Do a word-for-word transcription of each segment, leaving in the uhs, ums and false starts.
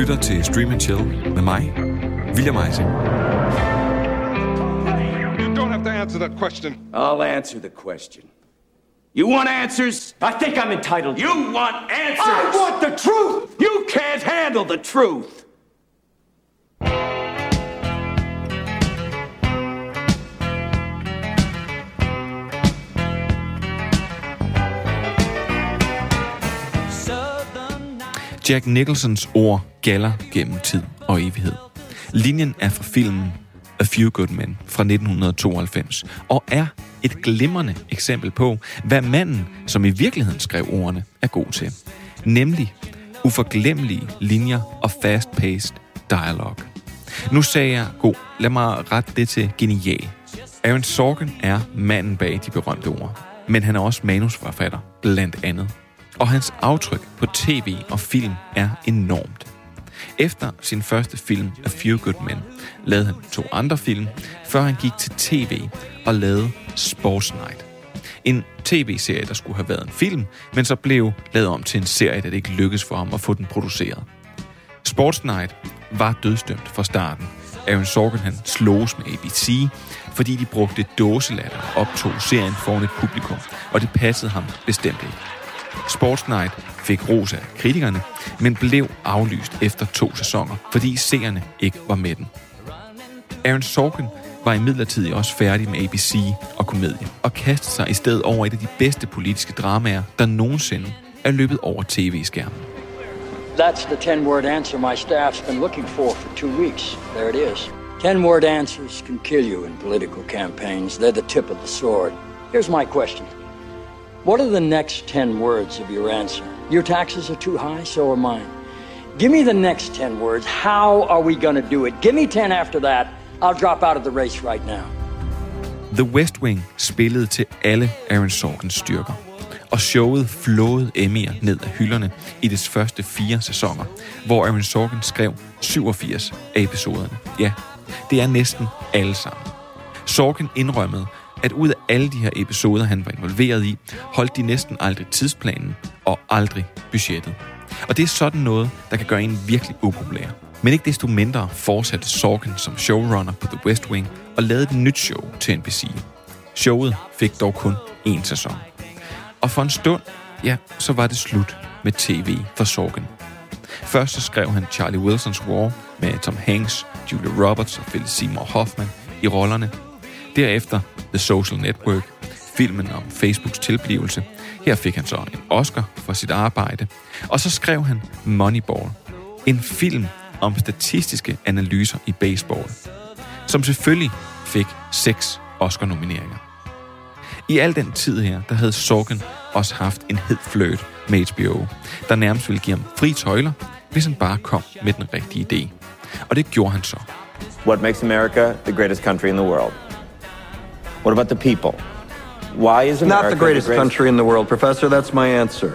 lytter til Stream and Chill med mig, William Eising. You don't have to answer that question. I'll answer the question. You want answers? I think I'm entitled. You want answers? I want the truth! You can't handle the truth! Jack Nicholsons ord gælder gennem tid og evighed. Linjen er fra filmen A Few Good Men fra nitten tooghalvfems og er et glimrende eksempel på, hvad manden, som i virkeligheden skrev ordene, er god til. Nemlig uforglemmelige linjer og fast-paced dialog. Nu sagde jeg god, lad mig rette det til genial. Aaron Sorkin er manden bag de berømte ord, men han er også manusforfatter, blandt andet. Og hans aftryk på tv og film er enormt. Efter sin første film, A Few Good Men, lavede han to andre film, før han gik til tv og lavede Sports Night. En tv-serie, der skulle have været en film, men så blev lavet om til en serie, da det ikke lykkedes for ham at få den produceret. Sports Night var dødsdømt fra starten. Aaron Sorkin han sloges med A B C, fordi de brugte dåselatter og optog serien foran et publikum, og det passede ham bestemt ikke. Sports Night fik ros af kritikerne, men blev aflyst efter to sæsoner, fordi seerne ikke var med den. Aaron Sorkin var imidlertid også færdig med A B C og komedie, og kastede sig i stedet over et af de bedste politiske dramaer, der nogensinde er løbet over tv-skærmen. That's the ten-word answer my staff's been looking for for two weeks. There it is. Ten-word answers can kill you in political campaigns. They're the tip of the sword. Here's my question. What are the next ten words of your answer? Your taxes are too high, so are mine. Give me the next ten words. How are we going to do it? Give me ten after that. I'll drop out of the race right now. The West Wing spillede til alle Aaron Sorkins styrker, og showet flåede Emmy'er ned af hylderne i dets første fire sæsoner, hvor Aaron Sorkin skrev syvogfirs af episoderne. Ja, det er næsten alle sammen. Sorkin indrømmede, at ud af alle de her episoder, han var involveret i, holdt de næsten aldrig tidsplanen og aldrig budgettet. Og det er sådan noget, der kan gøre en virkelig upopulær. Men ikke desto mindre fortsatte Sorkin som showrunner på The West Wing og lavede et nyt show til N B C. Showet fik dog kun én sæson. Og for en stund, ja, så var det slut med tv for Sorkin. Først så skrev han Charlie Wilson's War med Tom Hanks, Julia Roberts og Philip Seymour Hoffman i rollerne. Derefter The Social Network, filmen om Facebooks tilblivelse. Her fik han så en Oscar for sit arbejde. Og så skrev han Moneyball, en film om statistiske analyser i baseball, som selvfølgelig fik seks Oscar-nomineringer. I al den tid her, der havde Sorkin også haft en hed fløjt med H B O, der nærmest ville give ham fri tøjler, hvis han bare kom med den rigtige idé. Og det gjorde han så. What makes America the greatest country in the world? What about the people? Why is America not the greatest, the greatest country in the world, Professor? That's my answer.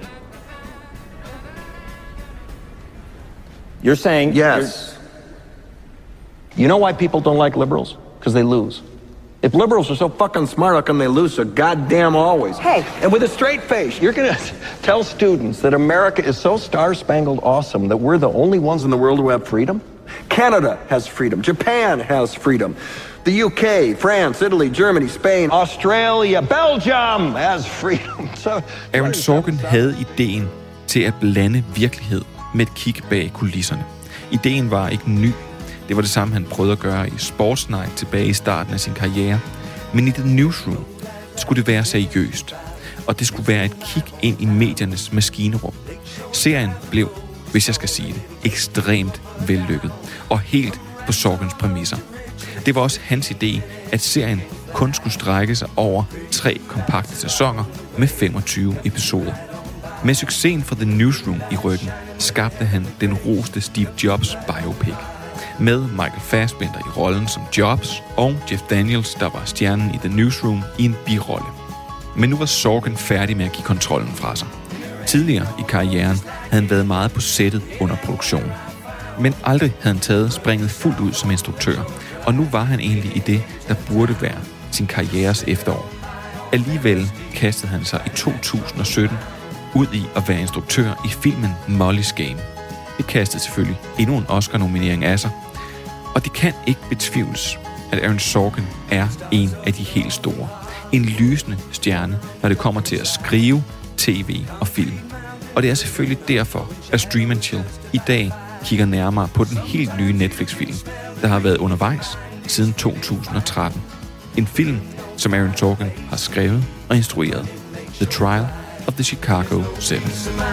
You're saying... Yes. You know why people don't like liberals? Because they lose. If liberals are so fucking smart, how come they lose so goddamn always? Hey. And with a straight face, you're gonna tell students that America is so star-spangled awesome that we're the only ones in the world who have freedom? Canada has freedom. Japan has freedom. The U K, France, Italy, Germany, Spain, Australia, Belgium has freedom. So, Aaron Sorkin havde ideen til at blande virkelighed med et kig bag kulisserne. Ideen var ikke ny. Det var det samme, han prøvede at gøre i Sports Night tilbage i starten af sin karriere. Men i The Newsroom skulle det være seriøst. Og det skulle være et kig ind i mediernes maskinerum. Serien blev, hvis jeg skal sige det, ekstremt vellykket. Og helt på Sorkins præmisser. Det var også hans idé, at serien kun skulle strække sig over tre kompakte sæsoner med femogtyve episoder. Med succesen for The Newsroom i ryggen, skabte han den roste Steve Jobs biopic. Med Michael Fassbender i rollen som Jobs, og Jeff Daniels, der var stjernen i The Newsroom, i en birolle. Men nu var Sorkin færdig med at give kontrollen fra sig. Tidligere i karrieren havde han været meget på sættet under produktionen. Men aldrig havde han taget springet fuldt ud som instruktør, og nu var han egentlig i det, der burde være sin karrieres efterår. Alligevel kastede han sig i to tusind og sytten ud i at være instruktør i filmen Molly's Game. Det kastede selvfølgelig endnu en Oscar-nominering af sig. Og det kan ikke betvivles, at Aaron Sorkin er en af de helt store. En lysende stjerne, når det kommer til at skrive tv og film. Og det er selvfølgelig derfor, at Stream and Chill i dag kigger nærmere på den helt nye Netflix-film, der har været undervejs siden to tusind og tretten. En film, som Aaron Sorkin har skrevet og instrueret. The Trial of the Chicago Seven.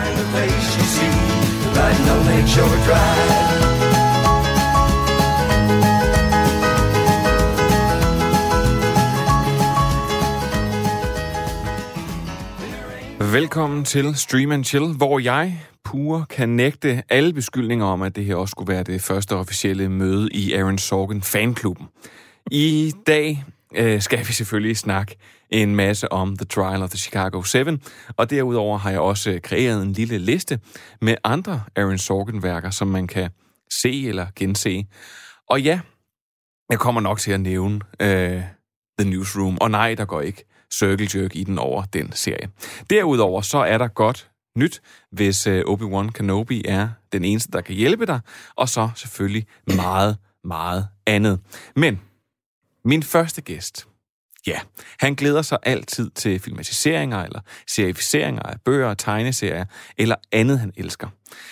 Velkommen til Stream and Chill, hvor jeg pure kan nægte alle beskyldninger om, at det her også skulle være det første officielle møde i Aaron Sorkin fanklubben. I dag øh, skal vi selvfølgelig snakke en masse om The Trial of the Chicago Seven, og derudover har jeg også kreeret en lille liste med andre Aaron Sorkin-værker, som man kan se eller gense. Og ja, jeg kommer nok til at nævne øh, The Newsroom, og nej, der går ikke Circle Jerk i den over den serie. Derudover så er der godt nyt, hvis uh, Obi-Wan Kenobi er den eneste, der kan hjælpe dig, og så selvfølgelig meget, meget andet. Men min første gæst, ja, han glæder sig altid til filmatiseringer eller serificeringer af bøger og tegneserier, eller andet, han elsker.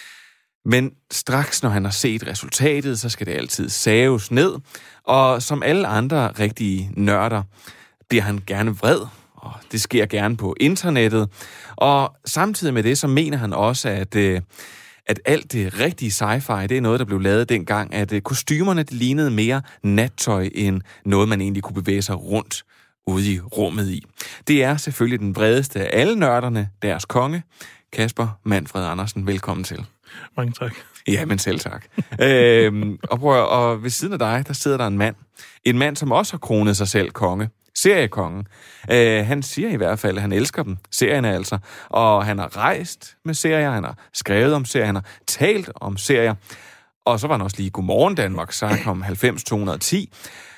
Men straks, når han har set resultatet, så skal det altid saves ned, og som alle andre rigtige nørder, bliver han gerne vred, og det sker gerne på internettet. Og samtidig med det, så mener han også, at, at alt det rigtige sci-fi, det er noget, der blev lavet dengang, at kostymerne det lignede mere nattøj, end noget, man egentlig kunne bevæge sig rundt ude i rummet i. Det er selvfølgelig den bredeste af alle nørderne, deres konge, Kasper Manfred Andersen. Velkommen til. Mange tak. Ja, men selv tak. øhm, og, prøv, og ved siden af dig, der sidder der en mand. En mand, som også har kronet sig selv konge. Seriekongen. Øh, han siger i hvert fald, at han elsker dem, serierne altså. Og han har rejst med serier, han har skrevet om serier, han har talt om serier. Og så var han også lige Godmorgen Danmark, sagt om halvfems to hundrede og ti.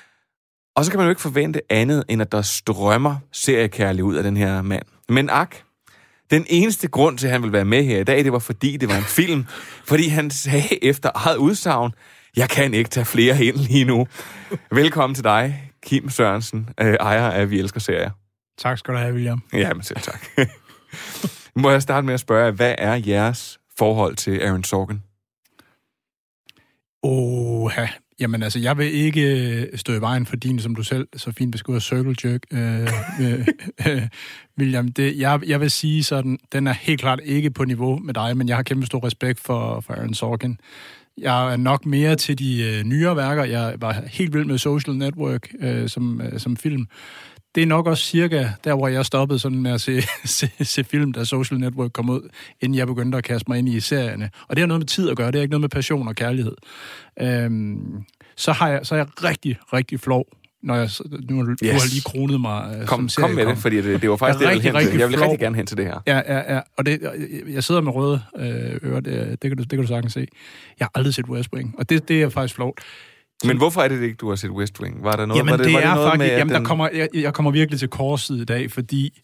Og så kan man jo ikke forvente andet, end at der strømmer seriekærlighed ud af den her mand. Men ak, den eneste grund til, at han ville være med her i dag, det var fordi, det var en film. Fordi han sagde efter eget udsagn, jeg kan ikke tage flere ind lige nu. Velkommen til dig, Kim Sørensen, øh, ejer af Vi Elsker Serier. Tak skal du have, William. Ja, men selv tak. Må jeg starte med at spørge, hvad er jeres forhold til Aaron Sorkin? Åh, jamen altså, jeg vil ikke stå i vejen for din, som du selv så fint beskriver, Circle Jerk, øh, øh, øh, William. Det, jeg, jeg vil sige sådan, den er helt klart ikke på niveau med dig, men jeg har kæmpe stor respekt for, for Aaron Sorkin. Jeg er nok mere til de øh, nyere værker. Jeg var helt vild med Social Network øh, som, øh, som film. Det er nok også cirka der, hvor jeg stoppede sådan med at se, se, se film, da Social Network kom ud, inden jeg begyndte at kaste mig ind i serierne. Og det har noget med tid at gøre. Det er ikke noget med passion og kærlighed. Øhm, så, har jeg, så er jeg rigtig, rigtig flov, når jeg nu har, yes. du har lige kronet mig øh, kom, som kom med det, fordi det, det var faktisk det, jeg ville hen til. Jeg vil rigtig gerne hen til det her. Ja, ja, ja. Og det, jeg sidder med røde øh, ører, det, det, kan du, det kan du sagtens se. Jeg har aldrig set West Wing, og det, det er faktisk flovt. Men hvorfor er det ikke, du har set West Wing? Var der noget, jamen, var det, det var det er noget faktisk, med, jamen, den... der kommer, jeg, jeg kommer virkelig til korset i dag, fordi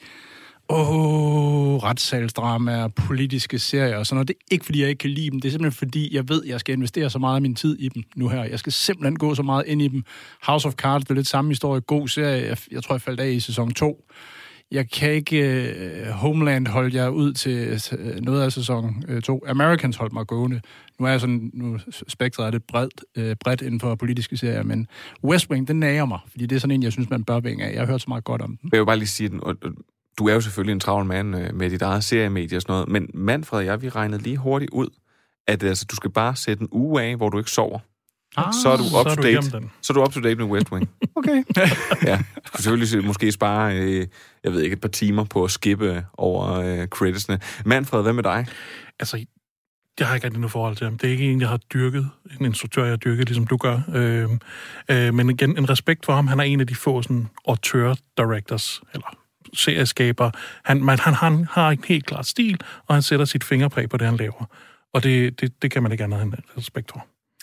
åh, retssalsdramaer, politiske serier og sådan noget, det er ikke, fordi jeg ikke kan lide dem. Det er simpelthen, fordi jeg ved, at jeg skal investere så meget af min tid i dem nu her. Jeg skal simpelthen gå så meget ind i dem. House of Cards, det er lidt samme historie. God serie. Jeg, jeg tror, jeg faldt af i sæson to. Jeg kan ikke... Uh, Homeland holdt jeg ud til uh, noget af sæson to. Uh, Americans holdt mig gående. Nu er jeg sådan... Nu spektret er lidt bredt, uh, bredt inden for politiske serier, men West Wing, den nager mig, fordi det er sådan en, jeg synes, man bør vinge af. Jeg har hørt så meget godt om den. Jeg vil bare lige sige den... Du er jo selvfølgelig en travl mand med dit eget seriemedie og sådan noget, men Manfred og jeg, vi regnede lige hurtigt ud, at altså, du skal bare sætte en uge af, hvor du ikke sover. Ah, så er du up to date. Så, så er du up to date med West Wing. Okay. Ja, du kan selvfølgelig måske spare, øh, jeg ved ikke, et par timer på at skippe over øh, creditsene. Manfred, hvad med dig? Altså, jeg har ikke rigtig noget forhold til ham. Det er ikke en, jeg har dyrket. En instruktør, jeg har dyrket, ligesom du gør. Øh, øh, men igen, en respekt for ham. Han er en af de få sådan auteur-directors, eller serieskaber. Han, man, han, han har en helt klart stil, og han sætter sit fingerpræg på det, han laver. Og det, det, det kan man ikke andet end respekt for.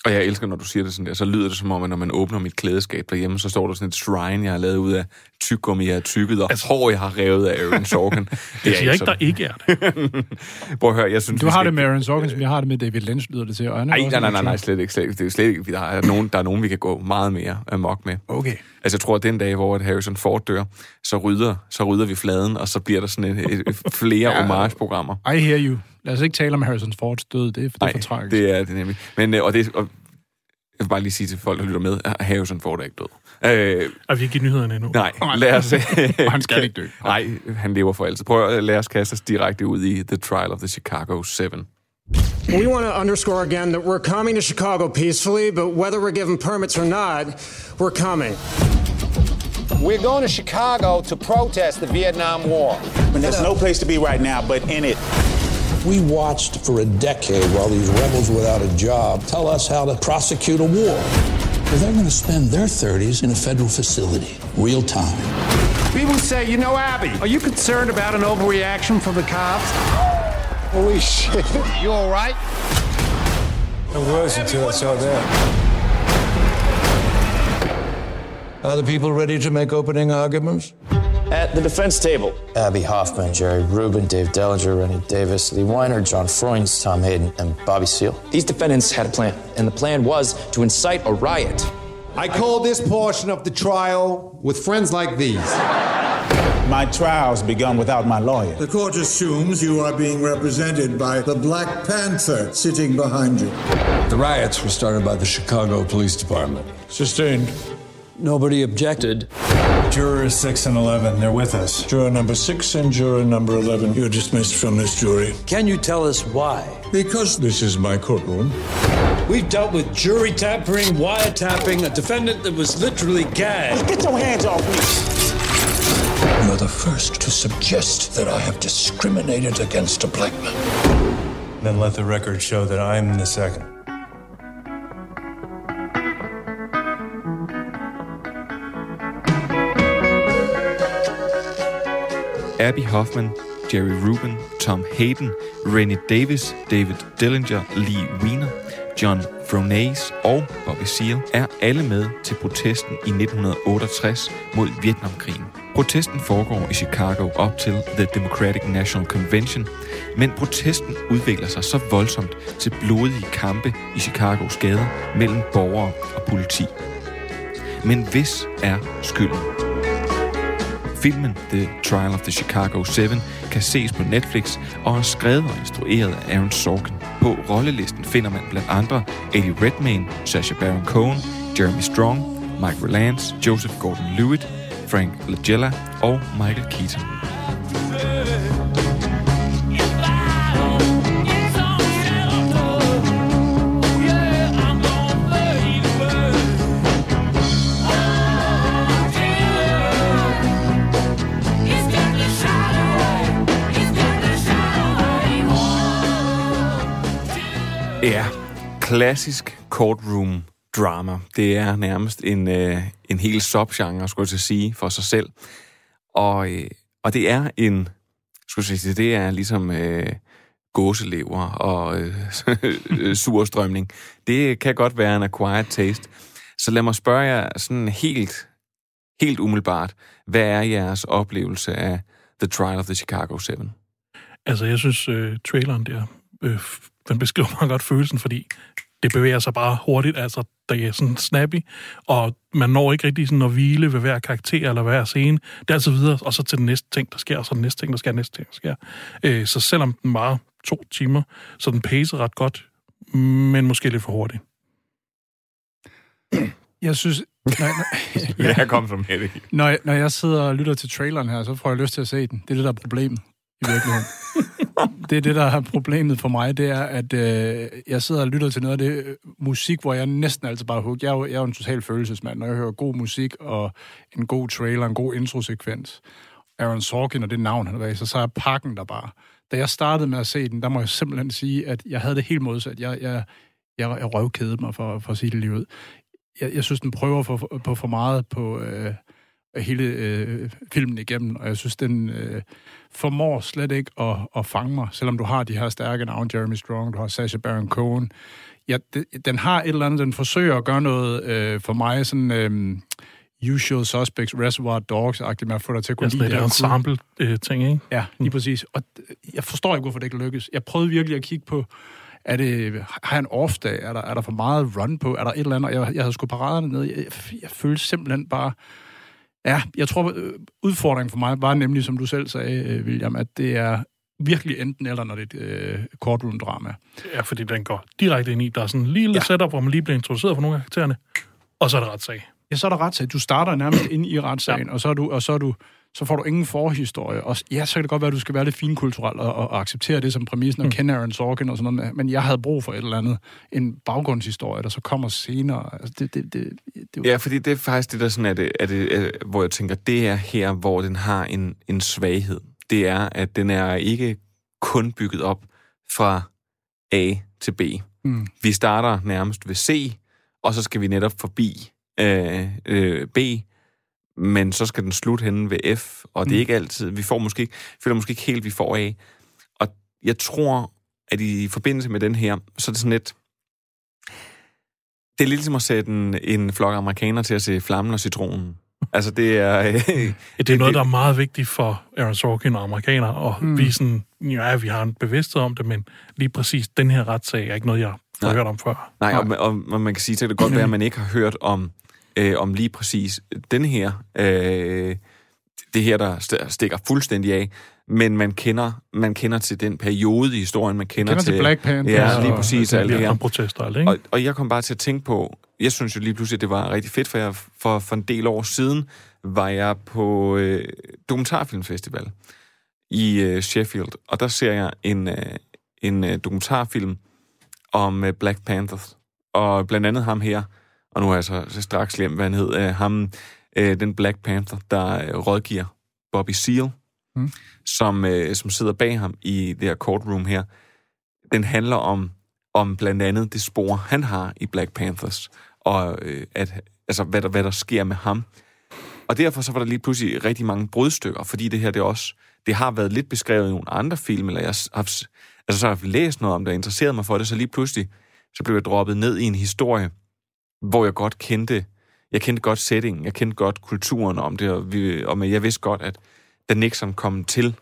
Og jeg elsker, når du siger det sådan der, så lyder det som om, at når man åbner mit klædeskab derhjemme, så står der sådan et shrine, jeg har lavet ud af tyggegummi, jeg har tykket, og altså, hår, jeg har revet af Aaron Sorkin. Det jeg siger ikke, der ikke er det. Prøv at høre, jeg synes... Du har skal... det med Aaron Sorkin, som jeg har det med David Lynch, lyder det til. Nej, nej, nej, nej, nej, slet ikke. Slet ikke. Det er slet ikke. Der er, nogen, der er nogen, vi kan gå meget mere amok med. Okay. Altså, jeg tror, at den dag, hvor Harrison Ford dør, så rydder, så rydder vi fladen, og så bliver der sådan et, et, et flere ja, homage-programmer. I hear you. Lad os ikke tale om Harrison Fords død, det er, det er for tragisk. det er det nemlig. Men, og det, og jeg vil bare lige sige til folk, der lytter med, at Harrison Ford er ikke død. Øh, og vi har givet nyhederne endnu. Nej, lad os... han skal ikke dø. Nej, han lever for altid. Prøv at lade os kaste os direkte ud i The Trial of the Chicago Seven. We want to underscore again that we're coming to Chicago peacefully, but whether we're given permits or not, we're coming. We're going to Chicago to protest the Vietnam War. And there's no place to be right now but in it. We watched for a decade while these rebels without a job tell us how to prosecute a war. But they're going to spend their thirties in a federal facility, real time. People say, you know, Abby, are you concerned about an overreaction from the cops? Holy shit. You all right? I was until I saw that. Are the people ready to make opening arguments? At the defense table, Abby Hoffman, Jerry Rubin, Dave Dellinger, Rennie Davis, Lee Weiner, John Freund, Tom Hayden, and Bobby Seale. These defendants had a plan, and the plan was to incite a riot. I call this portion of the trial with friends like these. My trial's begun without my lawyer. The court assumes you are being represented by the Black Panther sitting behind you. The riots were started by the Chicago Police Department. Sustained. Nobody objected. Jurors six and eleven, they're with us. Juror number six and juror number eleven, you're dismissed from this jury. Can you tell us why? Because this is my courtroom. We've dealt with jury tampering, wiretapping, a defendant that was literally gagged. Get your hands off me! You're the first to suggest that I have discriminated against a black man. Then let the record show that I'm the second. Abby Hoffman, Jerry Rubin, Tom Hayden, Rennie Davis, David Dellinger, Lee Weiner, John Fronase og Bobby Seale er alle med til protesten i nitten otteogtres mod Vietnamkrigen. Protesten foregår i Chicago op til The Democratic National Convention, men protesten udvikler sig så voldsomt til blodige kampe i Chicagos gader mellem borgere og politi. Men hvis er skylden? Filmen The Trial of the Chicago Seven kan ses på Netflix og er skrevet og instrueret af Aaron Sorkin. På rollelisten finder man blandt andre Eddie Redmayne, Sacha Baron Cohen, Jeremy Strong, Mike Rylance, Joseph Gordon-Levitt, Frank Langella og Michael Keaton. Ja, klassisk courtroom drama. Det er nærmest en, øh, en hel subgenre, skulle jeg til at sige, for sig selv. Og, øh, og det er en, skulle jeg sige, det er ligesom øh, gåselever og øh, surstrømning. Det kan godt være en acquired taste. Så lad mig spørge jer sådan helt, helt umiddelbart, hvad er jeres oplevelse af The Trial of the Chicago Seven? Altså, jeg synes, øh, traileren der, øh, den beskriver meget godt følelsen, fordi det bevæger sig bare hurtigt, altså det er sådan snappy, og man når ikke rigtig sådan at hvile ved hver karakter eller hver scene. Det er altid videre, og så til den næste ting, der sker, og så den næste ting, der sker, næste ting, der sker. Øh, så selvom den var to timer, så den pacer ret godt, men måske lidt for hurtigt. Jeg synes... Nej, nej. Ja, jeg kom som med det. Når, når jeg sidder og lytter til traileren her, så får jeg lyst til at se den. Det er det, der er problemet i virkeligheden. Det er det, der er problemet for mig, det er, at øh, jeg sidder og lytter til noget af det øh, musik, hvor jeg næsten altid bare hugger. Jeg er jo, jeg er jo en total følelsesmand. Når jeg hører god musik og en god trailer, en god introsekvens, Aaron Sorkin og det navn, han har været, så, så er pakken der bare. Da jeg startede med at se den, der må jeg simpelthen sige, at jeg havde det helt modsat. Jeg, jeg, jeg, jeg røvkædede mig for, for at sige det lige ud. Jeg, jeg synes, den prøver for, på for meget på... Øh, hele øh, filmen igennem, og jeg synes, den øh, formår slet ikke at, at fange mig, selvom du har de her stærke navne, Jeremy Strong, du har Sacha Baron Cohen. Ja, det, den har et eller andet, den forsøger at gøre noget øh, for mig, sådan øh, Usual Suspects, Reservoir Dogs-agtigt med at få dig til at kunne lide det. Det er en sample-ting, ikke? Ja, lige præcis. Og jeg forstår ikke, hvorfor det ikke lykkes. Jeg prøvede virkelig at kigge på, er det, har jeg en off-dag? Er der, er der for meget run på? Er der et eller andet? Jeg, jeg havde sgu paraderne ned. Jeg, jeg, jeg følte simpelthen bare... Ja, jeg tror, udfordringen for mig var nemlig, som du selv sagde, William, at det er virkelig enten eller, når det er et øh, courtroom-drama. Ja, fordi den går direkte ind i. Der er sådan en lille ja. setup, hvor man lige bliver introduceret for nogle af karaktererne, og så er der retssag. Ja, så er der retssag. Du starter nærmest inde i retssagen, ja. og, så er du, og så, er du, så får du ingen forhistorie. Og ja, så kan det godt være, at du skal være lidt finkulturel og, og acceptere det som præmissen, og mm. kende Aaron Sorkin og sådan noget. Men jeg havde brug for et eller andet, en baggrundshistorie, der så kommer senere. Altså, det, det, det, det, ja, fordi det er faktisk det, der sådan er det, er det er, hvor jeg tænker, det er her, hvor den har en, en svaghed. Det er, at den er ikke kun bygget op fra A til B. Mm. Vi starter nærmest ved C, og så skal vi netop forbi øh, øh, B, men så skal den slutte henne ved F, og det er ikke altid, vi får måske ikke, føler måske ikke helt, vi får A. Og jeg tror, at i forbindelse med den her, så er det sådan lidt, det er lidt ligesom at sætte en, en flok amerikanere til at se Flammen og Citronen. Altså, det er... Øh, det er noget, der er meget vigtigt for Aaron Sorkin og amerikanere, og mm. vi er sådan, ja, vi har en bevidsthed om det, men lige præcis den her retssag er ikke noget, jeg har hørt om før. Nej, og, og, og man kan sige, at det kan godt være, at man ikke har hørt om, øh, om lige præcis den her, øh, det her, der stikker fuldstændig af, men man kender, man kender til den periode i historien, man kender, kender til, til Black Panther. Ja, lige præcis. Og, alt det her. Protester, ikke? Og, og jeg kom bare til at tænke på, jeg synes jo lige pludselig, at det var rigtig fedt, for jeg for, for en del år siden var jeg på øh, dokumentarfilmfestival i øh, Sheffield, og der ser jeg en, øh, en øh, dokumentarfilm om øh, Black Panthers, og blandt andet ham her, og nu har jeg så, så straks glemt, hvad han hed, øh, ham, øh, den Black Panther, der øh, rådgiver Bobby Seale, mm. som, øh, som sidder bag ham i det her courtroom her. Den handler om, om blandt andet det spor, han har i Black Panthers, og øh, at, altså, hvad, der, hvad der sker med ham. Og derfor så var der lige pludselig rigtig mange brudstykker, fordi det her, det også, det har været lidt beskrevet i nogle andre film, eller jeg har, altså, så har jeg læst noget om det, og interesseret mig for det, så lige pludselig, så blev jeg droppet ned i en historie, hvor jeg godt kendte, jeg kendte godt settingen, jeg kendte godt kulturen om det, og, vi, og jeg vidste godt, at da Nixon kom til,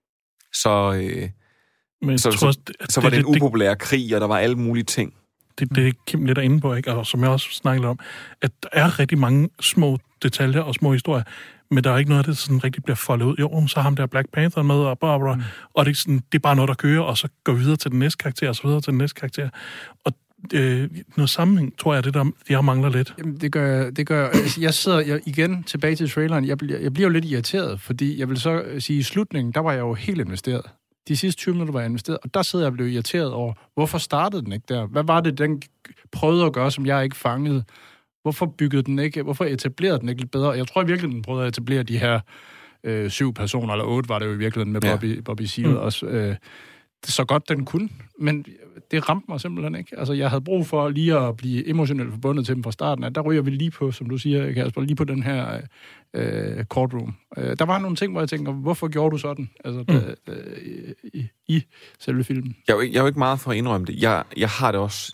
så, øh, Men så, tror, så, så, så var det, det en upopulær det, krig, og der var alle mulige ting. Det, det er Kim lidt inde på, ikke? Og som jeg også snakkede om, at der er rigtig mange små detaljer og små historier, men der er ikke noget af det, der sådan rigtig bliver foldet ud. Jo, så har ham der Black Panther med, og bla, bla, mm. og det er, sådan, det er bare noget, der kører, og så går vi videre til den næste karakter, og så videre til den næste karakter. Og øh, noget sammenhæng, tror jeg, det der, de har mangler lidt. Jamen, det gør, det gør altså, jeg sidder jeg, igen tilbage til traileren, jeg bliver, jeg bliver jo lidt irriteret, fordi jeg vil så sige, i slutningen, der var jeg jo helt investeret. De sidste tyve minutter var jeg investeret, og der sidder jeg og blev irriteret over, hvorfor startede den ikke der? Hvad var det, den prøvede at gøre, som jeg ikke fangede? Hvorfor byggede den ikke? Hvorfor etablerede den ikke lidt bedre? Jeg tror i virkeligheden, den prøvede at etablere de her øh, syv personer, eller otte var det jo i virkeligheden med Bobby, ja. Bobby Seale mm. også. Øh, så godt den kunne, men det ramte mig simpelthen ikke. Altså, jeg havde brug for lige at blive emotionelt forbundet til dem fra starten, at der ryger vi lige på, som du siger, Kasper, lige på den her øh, courtroom. Øh, der var nogle ting, hvor jeg tænker, hvorfor gjorde du sådan? Altså, mm. der, øh, i, i selve filmen. Jeg er, jo ikke, jeg er jo ikke meget for at indrømme det. Jeg, jeg har det også...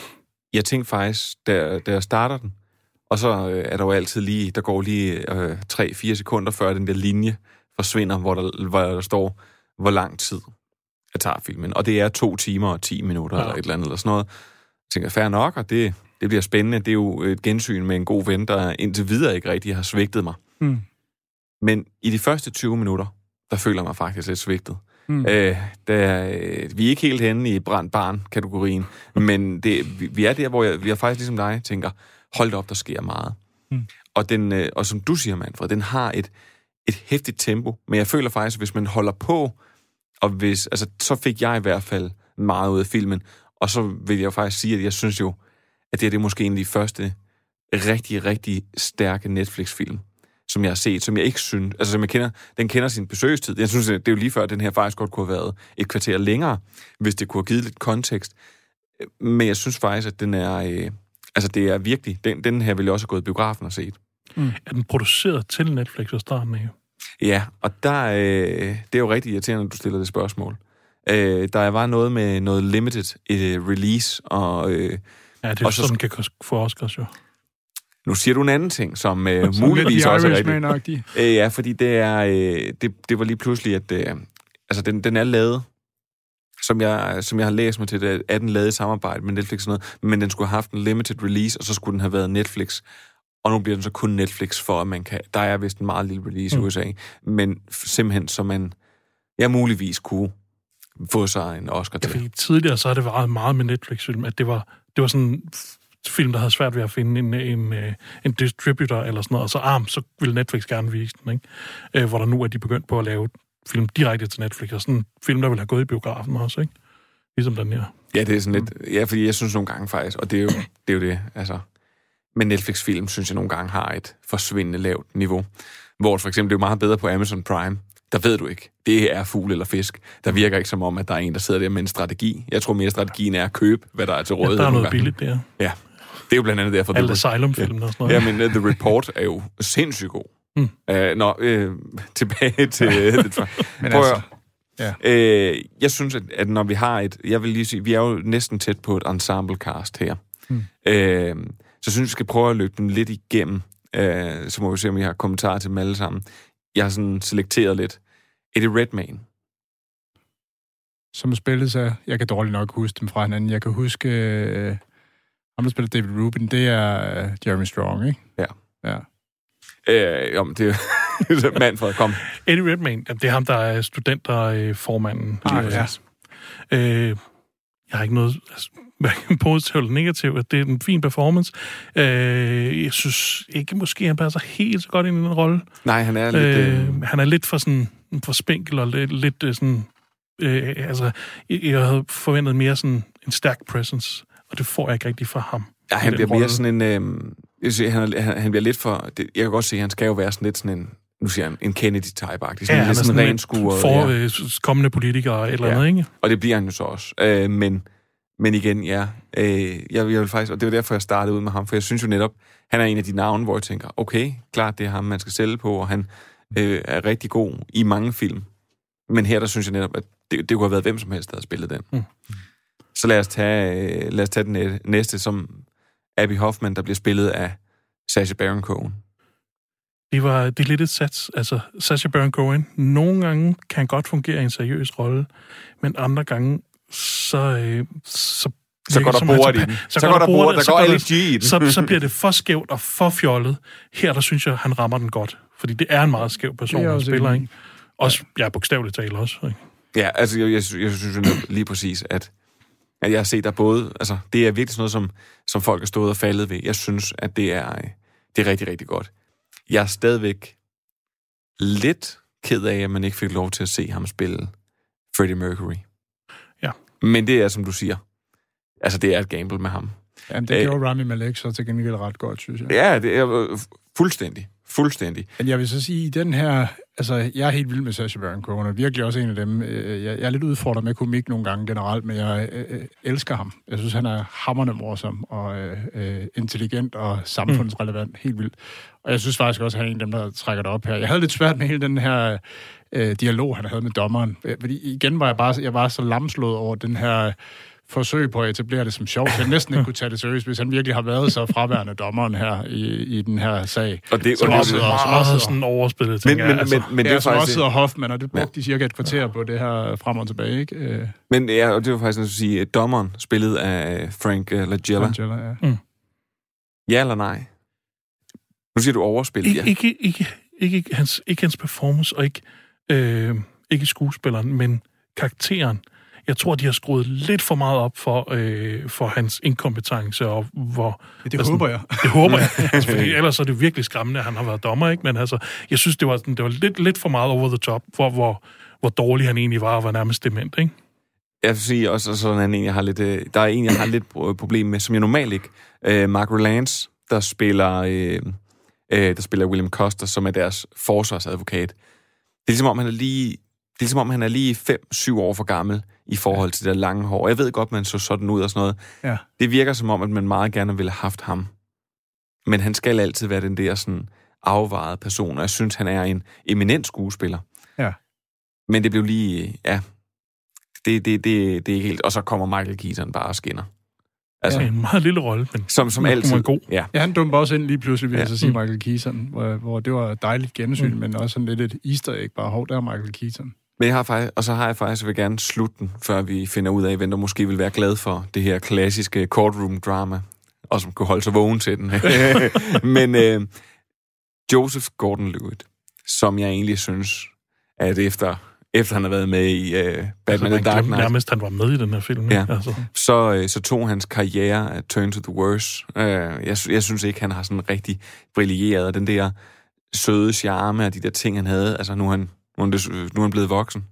Jeg tænkte faktisk, da, da jeg starter den, og så øh, er der jo altid lige, der går lige øh, tre fire sekunder, før den der linje forsvinder, hvor der, hvor der står, hvor lang tid jeg tager filmen. Og det er to timer og ti minutter, ja. eller et eller andet, eller sådan noget. Jeg tænker, fair nok, og det, det bliver spændende. Det er jo et gensyn med en god ven, der indtil videre ikke rigtig har svigtet mig. Mm. Men i de første tyve minutter, der føler jeg mig faktisk lidt svigtet. Mm. Øh, der, øh, vi er ikke helt henne i brændt barn-kategorien, men det, vi, vi er der, hvor jeg, vi er faktisk ligesom dig, tænker, hold da op, der sker meget. Mm. Og, den, øh, og som du siger, Manfred, den har et, et hæftigt tempo, men jeg føler faktisk, hvis man holder på, og hvis, altså, så fik jeg i hvert fald meget ud af filmen, og så vil jeg jo faktisk sige, at jeg synes jo, at det, er, det er måske en af de første rigtig, rigtig stærke Netflix-film, som jeg har set, som jeg ikke synes, altså som jeg kender, den kender sin besøgstid. Jeg synes, det er jo lige før, at den her faktisk godt kunne have været et kvarter længere, hvis det kunne have givet lidt kontekst. Men jeg synes faktisk, at den er, øh, altså det er virkelig, den, den her ville jeg også have gået i biografen og set. Mm. Er den produceret til Netflix fra starten af? Ja, og der, øh, det er jo rigtig irriterende, at du stiller det spørgsmål. Øh, der var noget med noget limited øh, release, og... Øh, ja, det er jo sådan, kan få Oscars, jo. Nu siger du en anden ting, som øh, muligvis også er rigtigt. Øh, ja, fordi det er øh, det, det var lige pludselig, at øh, altså den, den er lavet, som jeg, som jeg har læst mig til, det er den lavet i samarbejde med Netflix og noget, men den skulle have haft en limited release, og så skulle den have været Netflix. Og nu bliver den så kun Netflix, for at man kan... Der er vist en meget lille release mm. i U S A, men simpelthen, så man ja, muligvis kunne få sig en Oscar til. Ja, fordi tidligere så har det været meget med Netflix-film, at det var, det var sådan en film, der havde svært ved at finde en, en, en distributor eller sådan noget, og så arm, så ville Netflix gerne vise den, ikke? Øh, hvor der nu er de begyndt på at lave film direkte til Netflix, og sådan en film, der ville have gået i biografen også, ikke? Ligesom den her. Ja, det er sådan lidt... Ja, fordi jeg synes nogle gange faktisk, og det er jo det, er jo det altså... Men Netflix-film, synes jeg nogle gange har et forsvindende lavt niveau. Hvor for eksempel, det er jo meget bedre på Amazon Prime. Der ved du ikke. Det er fugl eller fisk. Der virker ikke som om, at der er en, der sidder der med en strategi. Jeg tror mere, strategien er at købe, hvad der er til rådighed. Ja, der er noget billigt der. Ja, det er jo blandt andet derfor. Alle Asylum-filmen og sådan noget. Ja, men uh, The Report er jo sindssygt god. Mm. Uh, nå, uh, tilbage til... Uh, men altså... Ja. Øh, jeg synes, at, at når vi har et... Jeg vil lige sige, vi er jo næsten tæt på et ensemble cast her. Mm. Øh, så synes jeg, vi skal prøve at løbe dem lidt igennem. Øh, så må vi se, om vi har kommentarer til dem alle sammen. Jeg har sådan selekteret lidt. Eddie Redmayne. Som spilles af... Jeg kan dårligt nok huske dem fra hinanden. Jeg kan huske... Øh, ham, der spiller David Rubin, det er øh, Jeremy Strong, ikke? Ja. Ja. Øh, jamen, det er jo... Manfred, kom. Eddie Redmayne, det er ham, der er studenterformanden. Ah, ja. Øh, jeg har ikke noget... Altså, hverken positivt eller negativt. Det er en fin performance. Øh, jeg synes ikke, måske han passer helt så godt ind i den rolle. Nej, han er lidt... Øh, øh... Han er lidt for sådan for spinkel og lidt, lidt sådan... Øh, altså, jeg, jeg havde forventet mere sådan en stærk presence, og det får jeg ikke rigtig fra ham. Ja, han bliver mere sådan en... Øh, jeg siger, han, han, han bliver lidt for... Det, jeg kan godt se, at han skal jo være sådan lidt sådan en... Nu siger han, en Kennedy-type-agtig. Sådan ja, lidt sådan en ren skuer. For ja. kommende politikere eller ja. noget, ikke? Og det bliver han jo så også. Øh, men... Men igen, ja, øh, jeg, jeg vil faktisk, og det var derfor, jeg startede ud med ham, for jeg synes jo netop, han er en af de navne, hvor jeg tænker, okay, klart, det er ham, man skal sælge på, og han øh, er rigtig god i mange film. Men her, der synes jeg netop, at det, det kunne have været hvem som helst, der havde spillet den. Mm. Så lad os tage, øh, lad os tage den næste, som Abby Hoffman, der bliver spillet af Sacha Baron Cohen. Det var det er lidt et sats. Altså, Sacha Baron Cohen, nogle gange kan godt fungere i en seriøs rolle, men andre gange så, øh, så, så går der bordet i den. Så, så går der bordet, der går L G i den. Så, så bliver det for skævt og for fjollet. Her, der synes jeg, han rammer den godt. Fordi det er en meget skæv person, der spiller, ikke? Også, ja, bogstaveligt talt også, ikke? Ja, altså, jeg, jeg, jeg synes jo lige præcis, at, at jeg har set der både... Altså, det er virkelig sådan noget, som, som folk er stået og faldet ved. Jeg synes, at det er, det er rigtig, rigtig godt. Jeg er stadigvæk lidt ked af, at man ikke fik lov til at se ham spille Freddie Mercury. Ja. Men det er, som du siger, altså det er et gamble med ham. Jamen, det gjorde Rami Malek så til gengæld ret godt, synes jeg. Ja, det er fuldstændig. Fuldstændig. Men jeg vil så sige, i den her... Altså, jeg er helt vild med Sacha Baron Cohen, og virkelig også en af dem. Jeg, jeg er lidt udfordret med komik nogle gange generelt, men jeg øh, elsker ham. Jeg synes, han er hamrende morsom og øh, intelligent og samfundsrelevant. Mm. Helt vildt. Og jeg synes faktisk også, at han er en af dem, der trækker det op her. Jeg havde lidt svært med hele den her øh, dialog, han havde med dommeren. Fordi igen var jeg bare jeg var så lamslået over den her... forsøg på at etablere det som sjovt. Jeg næsten ikke kunne tage det seriøst, hvis han virkelig har været så fraværende dommeren her i, i den her sag. Og det, som og også, det, også, også, også sådan overspillet, men, men, jeg. Altså, men, men det ja, er som faktisk... også sidder Hoffman, og det brugte ja. de cirka et kvarter på det her frem og tilbage, ikke? Men ja, og det var faktisk at sige, at dommeren spillet af Frank uh, Langella. Langella, ja. Mm. Ja eller nej? Nu siger du overspillet, ikke, ja. Ikke, ikke, ikke, ikke, hans, ikke hans performance, og ikke, øh, ikke skuespilleren, men karakteren. Jeg tror, de har skruet lidt for meget op for, øh, for hans inkompetence, og hvor... Ja, det altså, håber jeg. Det håber jeg. Altså, fordi ellers er det virkelig skræmmende, at han har været dommer, ikke? Men altså, jeg synes, det var, det var lidt, lidt for meget over the top, hvor, hvor, hvor dårlig han egentlig var, og var nærmest dement, ikke? Jeg vil sige også sådan en, jeg har lidt... Der er en, jeg har lidt problem med, som jeg normalt ikke. Uh, Mark Rylance, der spiller, uh, uh, der spiller William Coster, som er deres forsvarsadvokat. Det er ligesom om, han er lige... Det er ligesom om, han er lige fem syv år for gammel i forhold til det lange hår. Jeg ved godt, man så sådan ud og sådan noget. Ja. Det virker som om, at man meget gerne ville have haft ham. Men han skal altid være den der sådan afvejet person, og jeg synes, han er en eminent skuespiller. Ja. Men det blev lige, ja, det, det, det, det er ikke helt, og så kommer Michael Keaton bare og skinner. Altså, ja, en meget lille rolle, men som, som altid er god. Ja. ja, han dumper også ind lige pludselig, vil ja. jeg så sige, Michael Keaton, hvor, hvor det var et dejligt gensyn, mm. men også sådan lidt et easter egg, bare hov, der er Michael Keaton. Men jeg har faktisk, og så har jeg faktisk, vil gerne slutte den, før vi finder ud af, hvem der måske vil være glad for det her klassiske courtroom-drama, og som kunne holde sig vågen til den. Men øh, Joseph Gordon-Levitt, som jeg egentlig synes, at efter, efter han har været med i øh, Batman altså, The Dark Knight... Nærmest han var med i den her film. Ja, altså. så, øh, så tog hans karriere at turn to the worse. Øh, jeg, jeg synes ikke, han har sådan rigtig brilleret den der søde charme og de der ting, han havde. Altså, nu er han, nu er han blevet voksen.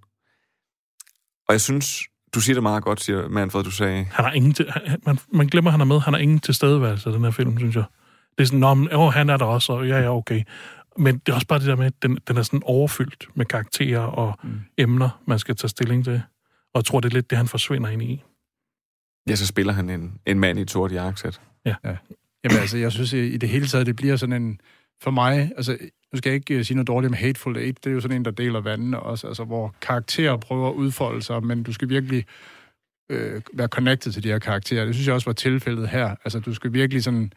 Og jeg synes... Du siger det meget godt, siger Manfred, du sagde... Han har ingen til, han, man, man glemmer, han er med. Han har ingen tilstedeværelse af den her film, synes jeg. Det er sådan, nå, men, åh, han er der også, og ja, ja, okay. Men det er også bare det der med, at den, den er sådan overfyldt med karakterer og mm. emner, man skal tage stilling til. Og jeg tror, det er lidt det, han forsvinder ind i. Ja, så spiller han en, en mand i et sort jakkesæt. Ja. ja. Jamen altså, jeg synes i det hele taget, det bliver sådan en... For mig, altså, nu skal jeg ikke sige noget dårligt med Hateful Eight, det er jo sådan en, der deler vandene også, altså, hvor karakterer prøver at udfolde sig, men du skal virkelig øh, være connected til de her karakterer. Det synes jeg også var tilfældet her. Altså, du skal virkelig sådan...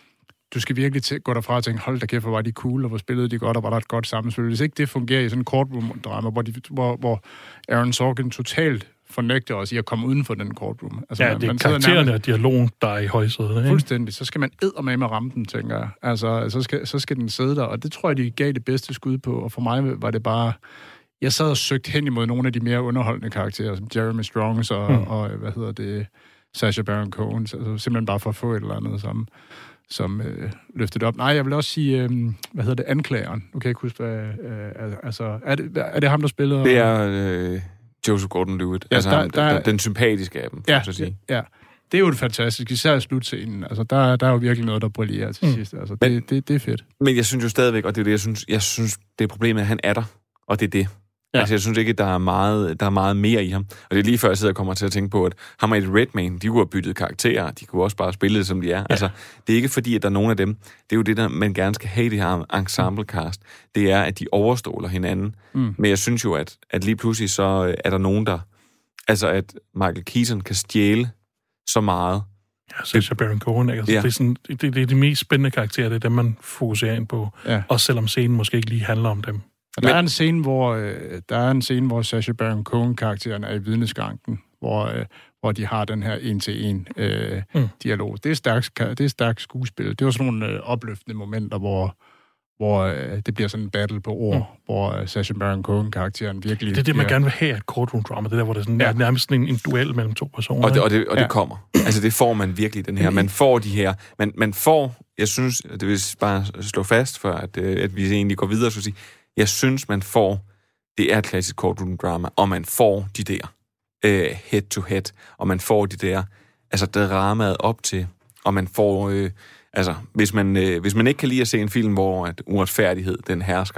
Du skal virkelig t- gå derfra og tænke, hold da kæft, hvor var de cool, og hvor spillede de godt, og var der et godt sammenspil. Hvis ikke det fungerer i sådan en courtroom-drama, hvor, de, hvor, hvor Aaron Sorkin totalt fornægter os i at komme uden for den courtroom. Altså, ja, man, det er man karaktererne og dialogen, der er i højsædet. Fuldstændig. Så skal man eddermame med ramme den, tænker jeg. Altså, så skal, så skal den sidde der, og det tror jeg, de gav det bedste skud på, og for mig var det bare... Jeg sad og søgte hen imod nogle af de mere underholdende karakterer, som Jeremy Strong og, mm. og, hvad hedder det, Sacha Baron Cohen, altså simpelthen bare for at få et eller andet som... som øh, løftede op. Nej, jeg vil også sige, øh, hvad hedder det, anklageren. Nu kan jeg ikke huske, hvad... Øh, altså, er det, er det ham, der spiller? Det er øh, Joseph Gordon-Levitt. Ja, altså der, ham, der, der, den sympatiske af dem, ja, så at sige. Ja, det er jo det fantastiske, især i slutscenen. Altså, der, der er jo virkelig noget, der brillerer til mm. sidst. Altså, det, men, det, det er fedt. Men jeg synes jo stadigvæk, og det er det, jeg synes, jeg synes, det er problemet, at han er der, og det er det. Ja. Altså, jeg synes ikke, at der er, meget, der er meget mere i ham. Og det er lige før, jeg sidder og kommer til at tænke på, at ham og et Redmayne, de kunne have byttet karakterer. De kunne også bare spille det, som de er. Ja. Altså, det er ikke fordi, at der er nogen af dem. Det er jo det, der man gerne skal have i det her ensemblecast. Det er, at de overstråler hinanden. Mm. Men jeg synes jo, at, at lige pludselig så er der nogen, der... Altså, at Michael Keaton kan stjæle så meget. Ja, Sacha Baron Cohen, altså, ja. det, er sådan, det, det er de mest spændende karakterer, det er dem, man fokuserer ind på. Ja. Også selvom scenen måske ikke lige handler om dem. Og der er en scene, hvor øh, der er en scene, hvor Sacha Baron Cohen-karakteren er i vidneskranken, hvor, øh, hvor de har den her en-til-en øh, mm. dialog. Det er stærkt, det er stærkt skuespil. Det var sådan nogle øh, opløftende momenter, hvor, hvor øh, det bliver sådan en battle på ord, mm. hvor øh, Sacha Baron Cohen-karakteren virkelig... Det er det, man gerne vil have, et courtroom-drama. Det der, hvor det er sådan, ja. nærmest en, en duel mellem to personer. Og det, og det, og det ja. kommer. Altså, det får man virkelig, den her. Man får de her... Man, man får... Jeg synes, det vil bare slå fast, for at, at vi egentlig går videre, så at sige... Jeg synes, man får, det er et klassisk courtroom drama, og man får de der øh, head-to-head, og man får de der, altså dramaet op til, og man får, øh, altså, hvis man, øh, hvis man ikke kan lide at se en film, hvor at uretfærdighed, den hersker,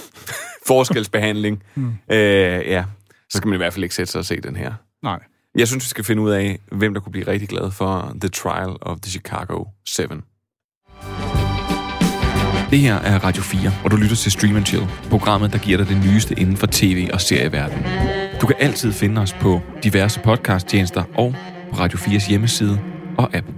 forskelsbehandling, mm. øh, ja, så skal man i hvert fald ikke sætte sig og se den her. Nej. Jeg synes, vi skal finde ud af, hvem der kunne blive rigtig glad for The Trial of the Chicago syv. Det her er Radio fire, og du lytter til Stream and Chill, programmet, der giver dig det nyeste inden for tv- og serieverdenen. Du kan altid finde os på diverse podcasttjenester og på Radio fires hjemmeside og app.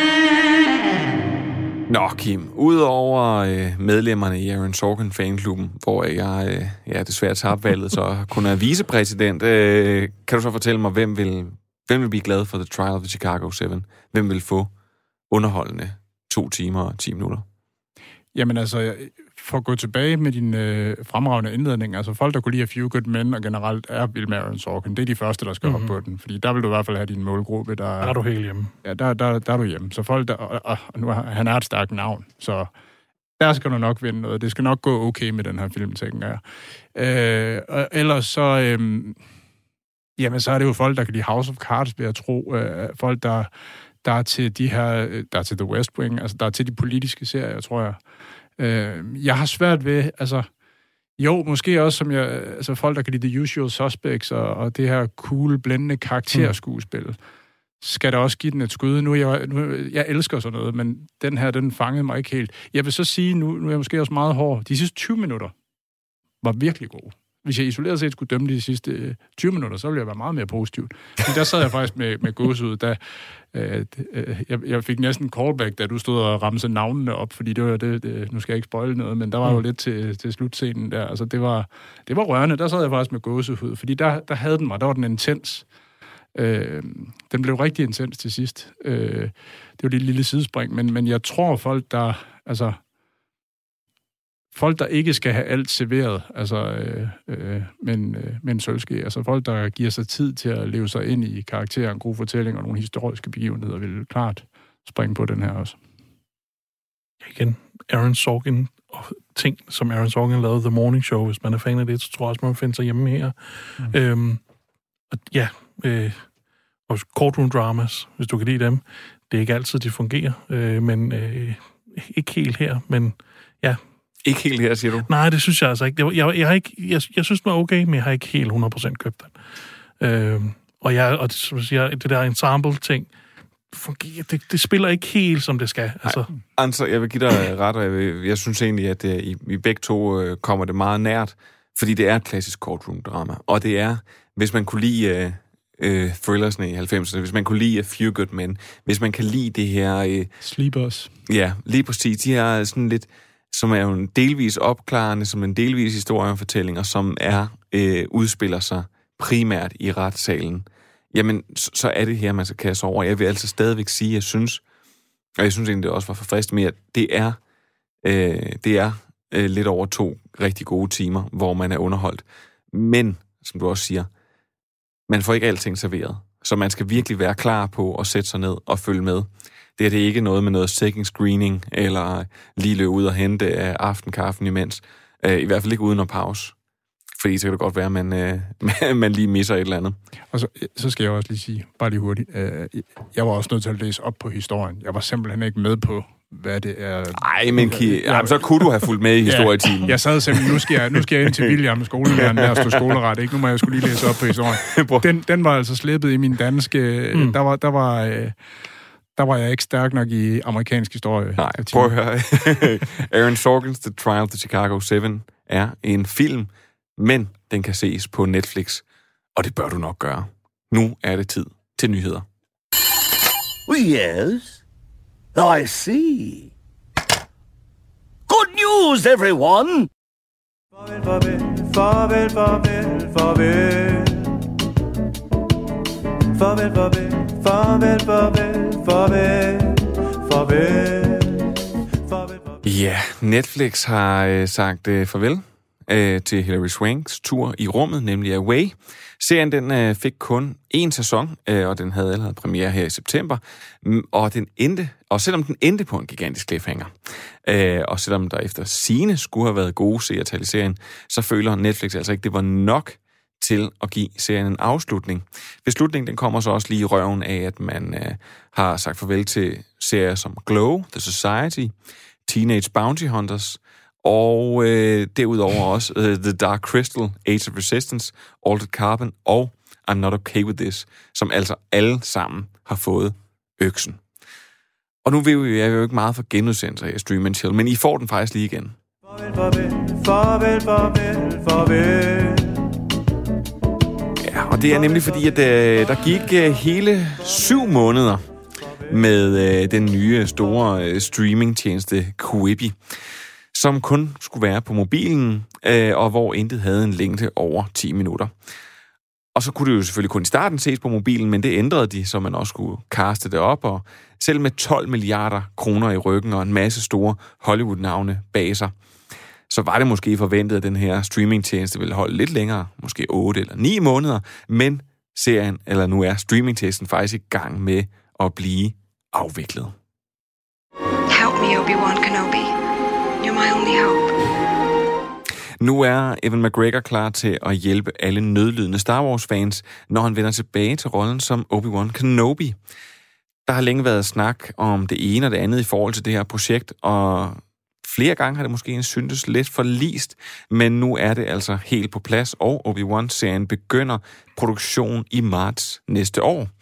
Nå, Kim, udover øh, medlemmerne i Aaron Sorkin fanklubben, hvor jeg øh, ja, desværre tabte valget, så kun er vicepræsident, øh, kan du så fortælle mig, hvem vil, hvem vil blive glad for The Trial of the Chicago syv? Hvem vil få underholdende to timer og ti minutter? Jamen altså, for at gå tilbage med din øh, fremragende indledning, altså folk, der kunne lide A Few Good Men, og generelt er vild med Aaron Sorkin, det er de første, der skal mm-hmm. op på den, fordi der vil du i hvert fald have din målgruppe, der... Der er du helt hjemme. Ja, der, der, der er du hjemme. Så folk, der... Og, og nu er han er et stærkt navn, så der skal du nok vinde noget. Det skal nok gå okay med den her film, tænker jeg. Øh, og ellers så... Øh, jamen, så er det jo folk, der kan lide House of Cards, vil jeg tro. Øh, folk, der, der er til de her... Der er til The West Wing, altså der er til de politiske serier, tror jeg. Øh, jeg har svært ved, altså, jo, måske også som jeg, altså folk, der kan lide The Usual Suspects og, og det her cool, blændende karakterskuespil. Mm. skal der også give den et skud. Nu, jeg, nu, jeg elsker sådan noget, men den her, den fangede mig ikke helt. Jeg vil så sige, nu, nu er jeg måske også meget hård, de sidste tyve minutter var virkelig gode. Hvis jeg isoleret set skulle dømme de sidste tyve minutter, så ville jeg være meget mere positiv. Men der sad jeg faktisk med, med gåsehud, da øh, jeg, jeg fik næsten en callback, da du stod og ramte navnene op, fordi det var det, det, nu skal jeg ikke spoile noget, men der var jo mm. lidt til, til slutscenen der. Altså, det var, det var rørende. Der sad jeg faktisk med gåsehud, fordi der, der havde den mig, der var den intens. Øh, den blev rigtig intens til sidst. Øh, det var lige et lille sidespring, men, men jeg tror folk, der... altså folk, der ikke skal have alt serveret, altså, øh, øh, men, øh, med en sølvske. Altså folk, der giver sig tid til at leve sig ind i karakterer, en god fortælling og nogle historiske begivenheder, vil klart springe på den her også. Igen, Aaron Sorkin og ting, som Aaron Sorkin lavede The Morning Show. Hvis man er fan af det, så tror jeg også, man finder sig hjemme her. Mm. Øhm, og ja, øh, og courtroom dramas, hvis du kan lide dem. Det er ikke altid, de fungerer, øh, men øh, ikke helt her, men ja. Ikke helt her, siger du? Nej, det synes jeg altså ikke. Jeg, jeg, jeg, har ikke, jeg, jeg synes, den var okay, men jeg har ikke helt hundrede procent købt den. Øh, og jeg, og som jeg siger, det der ensemble-ting, fungerer, det, det spiller ikke helt, som det skal. Altså. Altså, jeg vil give dig ret, og jeg, vil, jeg synes egentlig, at uh, i, i begge to uh, kommer det meget nært, fordi det er et klassisk courtroom-drama. Og det er, hvis man kunne lide uh, uh, thrillersne i halvfemserne, hvis man kunne lide A Few Good Men, hvis man kan lide det her... Uh, Sleepers. Ja, lige præcis. De her sådan lidt... som er jo en delvis opklarende, som en delvis historiefortællinger, som er øh, udspiller sig primært i retssalen, jamen, så, så er det her, man skal kaste over. Jeg vil altså stadigvæk sige, at jeg synes, og jeg synes egentlig, det også var forfriskende med, at det er, øh, det er øh, lidt over to rigtig gode timer, hvor man er underholdt. Men, som du også siger, man får ikke alting serveret. Så man skal virkelig være klar på at sætte sig ned og følge med. Det er det ikke noget med noget second screening, eller lige løbe ud og hente af aftenkaffen imens. I hvert fald ikke uden at pause. Fordi så kan det godt være, at man, øh, man lige misser et eller andet. Og så, så skal jeg også lige sige, bare lige hurtigt, øh, jeg var også nødt til at læse op på historien. Jeg var simpelthen ikke med på, hvad det er... Ej, men Ki, jeg, jamen, så kunne du have fulgt med i historietimen. Ja, jeg sad simpelthen, nu skal jeg, nu skal jeg ind til William, skolelæreren, der stod skoleret, ikke? Nu må jeg skulle lige læse op på historien. Den, den var altså slæbet i min danske... Mm. Der var... Der var øh, Der var jeg ikke stærk nok i amerikansk historie. Nej, prøv at høre. Aaron Sorkin's The Trial of the Chicago syv er en film, men den kan ses på Netflix, og det bør du nok gøre. Nu er det tid til nyheder. Yes, I see. Good news, everyone! Farvel, farvel, farvel, farvel, farvel, farvel, farvel, farvel, farvel, farvel, farvel, farvel. Ja, Netflix har øh, sagt øh, farvel øh, til Hilary Swanks tur i rummet, nemlig Away. Serien den øh, fik kun én sæson, øh, og den havde allerede premiere her i september. Og den endte, og selvom den endte på en gigantisk cliffhanger, øh, og selvom der efter sigende skulle have været gode seertal i serien, så føler Netflix altså ikke, det var nok til at give serien en afslutning. Beslutningen den kommer så også lige i røven af, at man øh, har sagt farvel til serier som Glow, The Society, Teenage Bounty Hunters, og øh, derudover også uh, The Dark Crystal, Age of Resistance, Altered Carbon og I'm Not Okay With This, som altså alle sammen har fået øksen. Og nu vil jeg, jeg jo ikke meget for genudsendelser her i Stream and Chill, men I får den faktisk lige igen. Farvel, farvel, farvel, farvel, farvel. Ja, og det er nemlig fordi, at øh, der gik øh, hele syv måneder med øh, den nye store øh, streamingtjeneste Quibi, som kun skulle være på mobilen, øh, og hvor intet havde en længde over ti minutter. Og så kunne det jo selvfølgelig kun i starten ses på mobilen, men det ændrede de, så man også skulle kaste det op, og selv med tolv milliarder kroner i ryggen og en masse store Hollywood-navne bag sig, så var det måske forventet, at den her streamingtjeneste ville holde lidt længere, måske otte eller ni måneder, men serien, eller nu er streamingtjenesten faktisk i gang med at blive afviklet. Help me, Obi-Wan Kenobi. You're my only hope. Nu er Ewan McGregor klar til at hjælpe alle nødlidende Star Wars-fans, når han vender tilbage til rollen som Obi-Wan Kenobi. Der har længe været snak om det ene og det andet i forhold til det her projekt, og flere gange har det måske syntes lidt forlist, men nu er det altså helt på plads, og Obi-Wan-serien begynder produktion i marts næste år.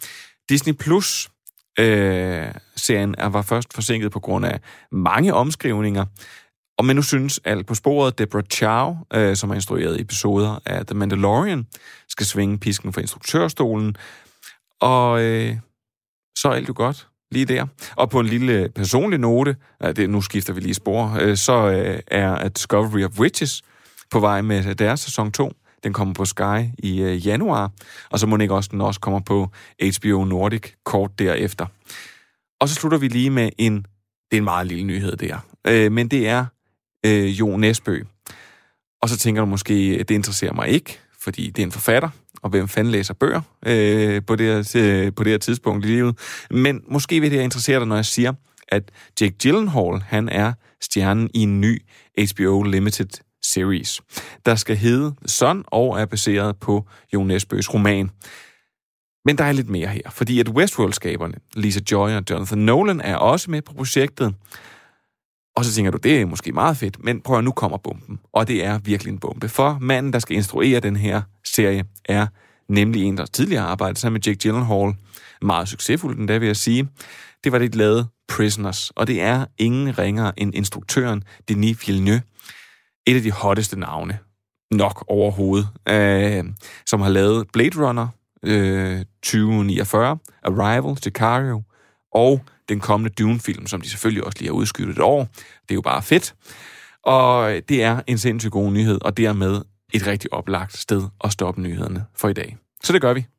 Disney Plus øh, serien var først forsinket på grund af mange omskrivninger, og men nu synes alt på sporet, Deborah Chow, øh, som har instrueret episoder af The Mandalorian, skal svinge pisken for instruktørstolen, og øh, så er alt jo godt lige der. Og på en lille personlig note, øh, det, nu skifter vi lige spor, øh, så øh, er Discovery of Witches på vej med deres sæson to. Den kommer på Sky i øh, januar, og så må den ikke også, den også kommer på H B O Nordic kort derefter. Og så slutter vi lige med en, det er en meget lille nyhed der, øh, men det er øh, Jo Nesbø. Og så tænker du måske, det interesserer mig ikke, fordi det er en forfatter, og hvem fanden læser bøger øh, på, det her, øh, på det her tidspunkt i livet. Men måske vil det interessere dig, når jeg siger, at Jake Gyllenhaal, han er stjernen i en ny H B O Limited series, der skal hedde The Son og er baseret på Jo Nesbøs roman. Men der er lidt mere her, fordi at Westworld-skaberne, Lisa Joy og Jonathan Nolan, er også med på projektet. Og så tænker du, det er måske meget fedt, men prøv at nu kommer bomben. Og det er virkelig en bombe, for manden, der skal instruere den her serie, er nemlig en, der tidligere arbejdede sammen med Jake Gyllenhaal. Meget succesfuldt, den der vil jeg sige. Det var det, de lavede Prisoners, og det er ingen ringere end instruktøren Denis Villeneuve. Et af de hotteste navne, nok overhovedet, øh, som har lavet Blade Runner øh, tyve niogfyrre, Arrival, Sicario og den kommende Dune-film, som de selvfølgelig også lige har udskydet et år. Det er jo bare fedt. Og det er en sindssygt god nyhed, og dermed et rigtig oplagt sted at stoppe nyhederne for i dag. Så det gør vi.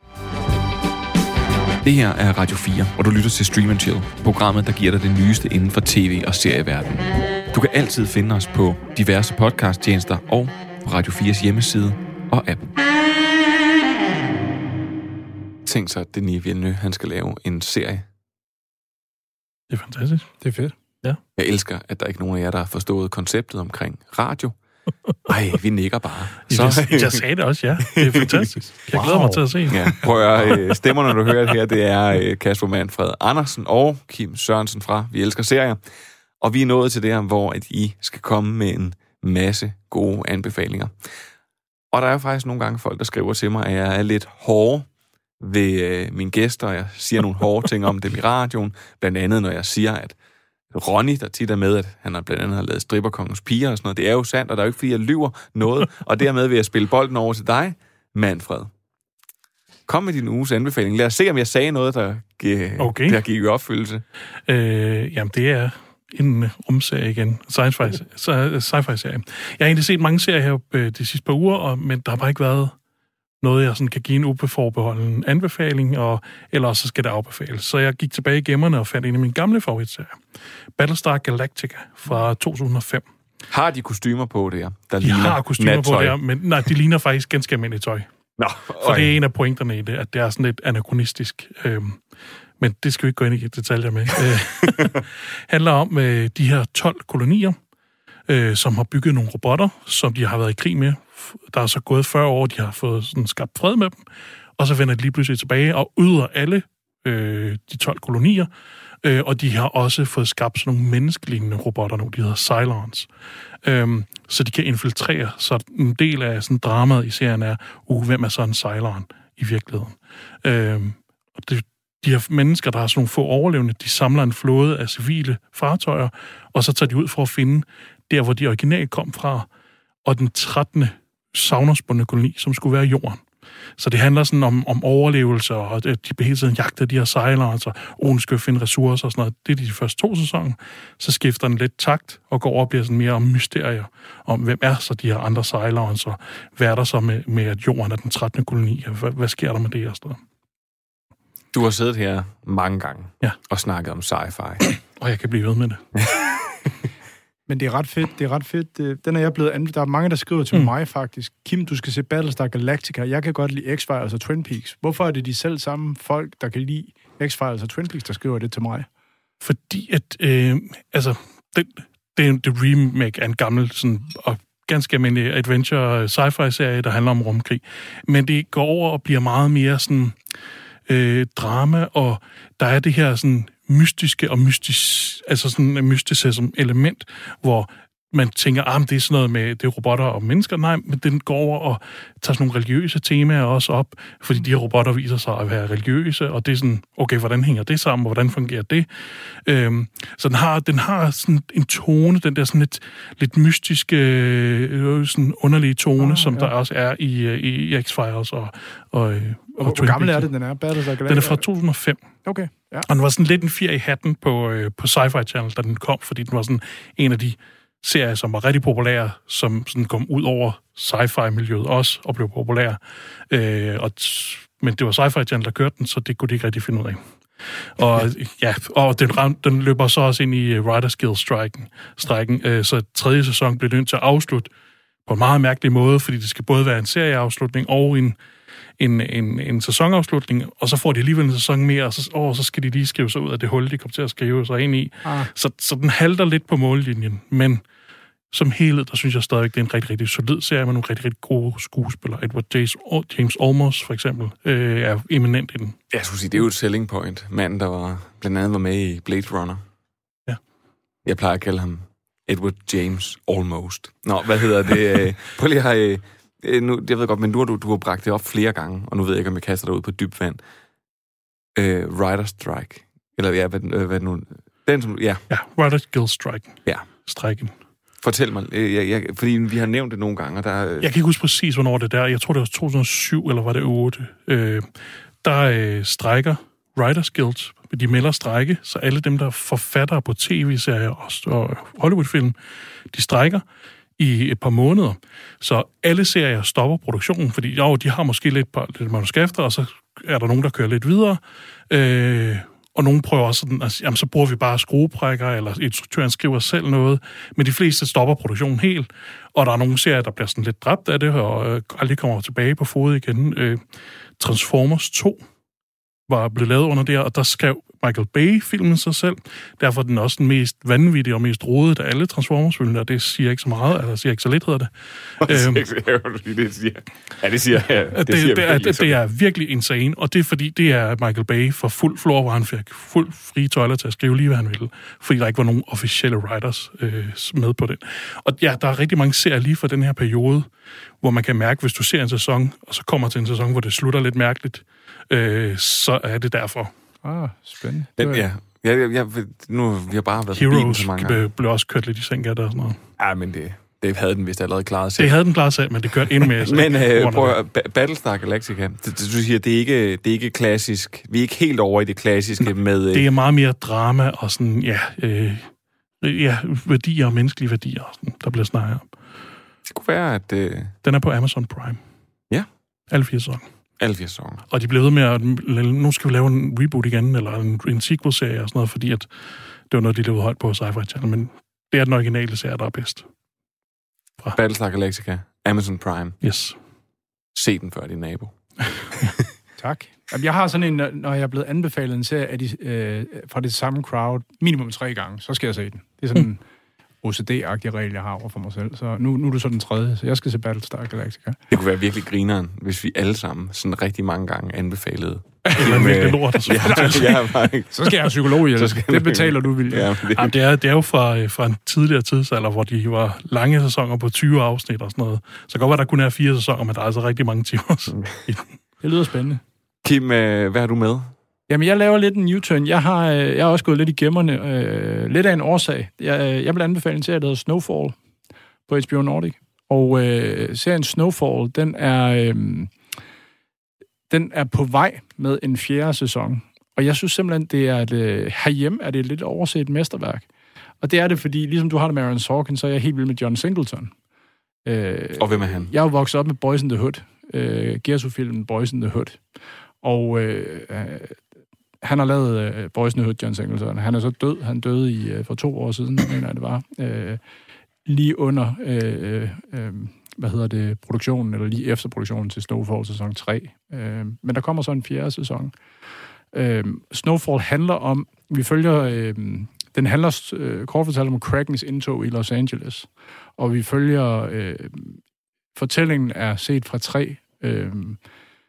Det her er Radio fire, og du lytter til Stream and Chill, programmet, der giver dig det nyeste inden for tv- og serieverdenen. Du kan altid finde os på diverse podcasttjenester og på Radio fires hjemmeside og app. Tænk så, at Denis Villeneuve, han skal lave en serie. Det er fantastisk. Det er fedt. Ja. Jeg elsker, at der ikke er nogen af jer, der har forstået konceptet omkring radio. Ej, vi nikker bare. Så. Jeg, jeg sagde det også, ja. Det er fantastisk. Jeg glæder wow. mig til at se. Ja, prøv at høre, stemmerne, du hører det her, det er Kasper Manfred Andersen og Kim Sørensen fra Vi Elsker Serier. Og vi er nået til det her, hvor at I skal komme med en masse gode anbefalinger. Og der er faktisk nogle gange folk, der skriver til mig, at jeg er lidt hård ved øh, mine gæster, og jeg siger nogle hårde ting om dem i radioen. Blandt andet, når jeg siger, at Ronny, der tit er med, at han har blandt andet har lavet Stripperkongens piger og sådan noget. Det er jo sandt, og der er jo ikke, fordi jeg lyver noget. Og dermed vil jeg spille bolden over til dig, Manfred. Kom med din uges anbefaling. Lad os se, om jeg sagde noget, der, okay. der gik i opfyldelse. Øh, jamen, det er en rumserie igen. Sci-fi-serie. Jeg har egentlig set mange serier her øh, de sidste par uger, og, men der har bare ikke været noget, jeg sådan kan give en ubeforbeholden anbefaling, og ellers så skal det afbefales. Så jeg gik tilbage i gemmerne og fandt en af mine gamle favoritserie. Battlestar Galactica fra to tusind og fem. Har de kostymer på det her? Der de har kostymer nattøj. På det her, men nej, de ligner faktisk ganske almindeligt tøj. Nå, for det er en af pointerne i det, at det er sådan lidt anachronistisk. Øhm, men det skal vi ikke gå ind i detaljer med. Det handler om øh, de her tolv kolonier, øh, som har bygget nogle robotter, som de har været i krig med. Der er så gået fyrre år, de har fået sådan skabt fred med dem, og så vender de lige pludselig tilbage og yder alle øh, de tolv kolonier, øh, og de har også fået skabt sådan nogle menneskelignende robotter nu, de hedder Cylons. Øhm, så de kan infiltrere, så en del af sådan dramaet i serien er, uh, hvem er så en Cylon i virkeligheden? Øhm, og det, de her mennesker, der har sådan nogle få overlevende, de samler en flåde af civile fartøjer, og så tager de ud for at finde der, hvor de originalt kom fra, og den trettende savnomsbundne koloni, som skulle være jorden. Så det handler sådan om, om overlevelse, og de hele tiden jagter de her sejlere, altså, oh, nu skal vi finde ressourcer og sådan noget. Det er de første to sæsoner. Så skifter den lidt takt, og går over og bliver sådan mere om mysterier, om hvem er så de her andre sejlere, så hvad er der så med, med at jorden er den trettende koloni, hvad, hvad sker der med det og sådan noget. Du har siddet her mange gange ja. og snakket om sci-fi. Og jeg kan blive ved med det. Men det er ret fedt, det er ret fedt. Den er jeg blevet anbefalet. Der er mange, der skriver til mm. mig faktisk. Kim, du skal se Battlestar Galactica. Jeg kan godt lide X-Files og Twin Peaks. Hvorfor er det de selv samme folk, der kan lide X-Files og Twin Peaks, der skriver det til mig? Fordi at, øh, altså, det, det er en remake af en gammel, sådan, og ganske almindelig adventure sci-fi-serie, der handler om rumkrig. Men det går over og bliver meget mere sådan øh, drama, og der er det her sådan mystiske og mystisk, altså sådan en mysticism element, hvor man tænker, ah, det er sådan noget med, det er robotter og mennesker. Nej, men den går over og tager sådan nogle religiøse temaer også op, fordi de her robotter viser sig at være religiøse, og det er sådan, okay, hvordan hænger det sammen, og hvordan fungerer det? Øhm, så den har, den har sådan en tone, den der sådan lidt, lidt mystiske, øh, sådan underlige tone, ah, som ja. der også er i, i, i X-Files og, og, og Hvor, hvor gammel er det, den er? Den er fra to tusind og fem. Okay, ja. Og den var sådan lidt en fjer i hatten på, øh, på Sci-Fi Channel, da den kom, fordi den var sådan en af de serier, som var rigtig populære, som sådan kom ud over sci-fi-miljøet også, og blev populær. Øh, og t- men det var Sci-Fi Channel, der kørte den, så det kunne de ikke rigtig finde ud af. Og ja, og den, den løber så også ind i Writers Guild-striken, strækken, øh, så tredje sæson blev nødt til at afslutte på en meget mærkelig måde, fordi det skal både være en serieafslutning og en En, en, en sæsonafslutning, og så får de alligevel en sæson mere, og så, åh, så skal de lige skrive sig ud af det hul, de kommer til at skrive sig ind i. Ah. Så, så den halter lidt på mållinjen, men som helhed, der synes jeg stadigvæk, det er en rigtig, rigtig solid serie med nogle rigtig, rigtig gode skuespillere. Edward James, James Olmos, for eksempel, øh, er eminent i den. Jeg skulle sige, det er jo et selling point. Manden, der var, blandt andet var med i Blade Runner. Ja. Jeg plejer at kalde ham Edward James Almost. Nå, hvad hedder det? Prøv lige at Nu, jeg ved godt, men nu har du, du har bragt det op flere gange, og nu ved jeg ikke, om jeg kaster dig ud på dybt vand. Øh, Writer's Strike. Eller ja, hvad, øh, hvad nu? Den som, ja. Ja, Writers Guild Strike. Ja. Strækken. Fortæl mig, øh, jeg, jeg, fordi vi har nævnt det nogle gange, der... Øh... Jeg kan ikke huske præcis, hvornår det der. Jeg tror, det var to tusind og syv, eller var det otte. Øh, der øh, strækker Writers Guild. De melder strække, så alle dem, der er forfattere på tv-serier og, og Hollywood-film, de strækker i et par måneder. Så alle serier stopper produktionen, fordi jo, de har måske lidt, par, lidt manuskrifter, og så er der nogen, der kører lidt videre. Øh, og nogen prøver også sådan, at jamen, så bruger vi bare skrueprækker, eller instruktøren skriver selv noget, men de fleste stopper produktionen helt. Og der er nogle serier, der bliver sådan lidt dræbt af det, og øh, aldrig kommer tilbage på fod igen. Øh, Transformers to var blevet lavet under det, og der skrev Michael Bay filmen sig selv. Derfor er den også den mest vanvittige og mest rodede af alle Transformers-filmer, og det siger ikke så meget, eller siger ikke så lidt, hedder det. Øhm, det siger, ja, det siger, ja, det, det, siger det, er, det, det er virkelig insane, og det er fordi, det er Michael Bay for fuld flor, hvor han fik fuld frie tøjler til at skrive lige, hvad han ville, fordi der ikke var nogen officielle writers øh, med på den. Og ja, der er rigtig mange serier lige fra den her periode, hvor man kan mærke, hvis du ser en sæson, og så kommer til en sæson, hvor det slutter lidt mærkeligt, øh, så er det derfor. Ah, spændende. Den, ja. Jeg, jeg, jeg, nu vi har bare været Heroes så mange gange. blev også kørt lidt i seng af det og sådan noget. Ja, men det, det havde den vist allerede klaret selv. Det havde den klaret selv, men det kørte endnu mere. men øh, prøv at, Battlestar Galactica, det, det, du siger, det er, ikke, det er ikke klassisk. Vi er ikke helt over i det klassiske med... Øh, det er meget mere drama og sådan, ja, øh, ja værdier og menneskelige værdier, og sådan, der bliver snakket om. Det kunne være, at... Øh... Den er på Amazon Prime. Ja. Alle fire sæsoner. Alle fire sæsoner. Og de blev ved med at, nu skal vi lave en reboot igen, eller en, en sequel-serie og sådan noget, fordi at det var noget, de levede højt på Sci-Fi Channel, men det er den originale serie, der er bedst. Fra. Battlestar Galactica, Amazon Prime. Yes. Se den før din nabo. Tak. Jeg har sådan en, når jeg er blevet anbefalet en serie af de, øh, fra det samme crowd, minimum tre gange, så skal jeg se den. Det er sådan en O C D-agtig regel, jeg har over for mig selv. Så nu, nu er du så den tredje, så jeg skal se Battlestar Galactica. Det kunne være virkelig grineren, hvis vi alle sammen sådan rigtig mange gange anbefalede. Eller virkelig lort. Så, ja, ja, så skal jeg have psykolog i det. Det betaler du, vil. Ja, det... Jamen, det, er, det er jo fra, fra en tidligere tidsalder, hvor de var lange sæsoner på tyve afsnit og sådan noget. Så kan godt være, der kun er fire sæsoner, men der er altså rigtig mange timer. Det lyder spændende. Kim, hvad har du med? Jamen, jeg laver lidt en U-turn. Jeg har, jeg har også gået lidt i gemmerne. Øh, lidt af en årsag. Jeg, jeg vil anbefale en serie, der hedder Snowfall på H B O Nordic. Og øh, serien Snowfall, den er, øh, den er på vej med en fjerde sæson. Og jeg synes simpelthen, det er et, øh, herhjemme er det et lidt overset mesterværk. Og det er det, fordi ligesom du har det med Aaron Sorkin, så er jeg helt vild med John Singleton. Øh, og hvem er han? Jeg er jo vokset op med Boys in the Hood. Øh, Gerso-filmen Boys in the Hood. Og øh, han har lavet øh, Boys in the Hood, John Singleton. Han er så død. Han døde i, øh, for to år siden, mener jeg det var. Øh, lige under, øh, øh, hvad hedder det, produktionen, eller lige efter produktionen til Snowfall sæson tre. Øh, men der kommer så en fjerde sæson. Øh, Snowfall handler om, vi følger, øh, den handler øh, kort fortalt om Krakens indtog i Los Angeles. Og vi følger, øh, fortællingen er set fra tre øh,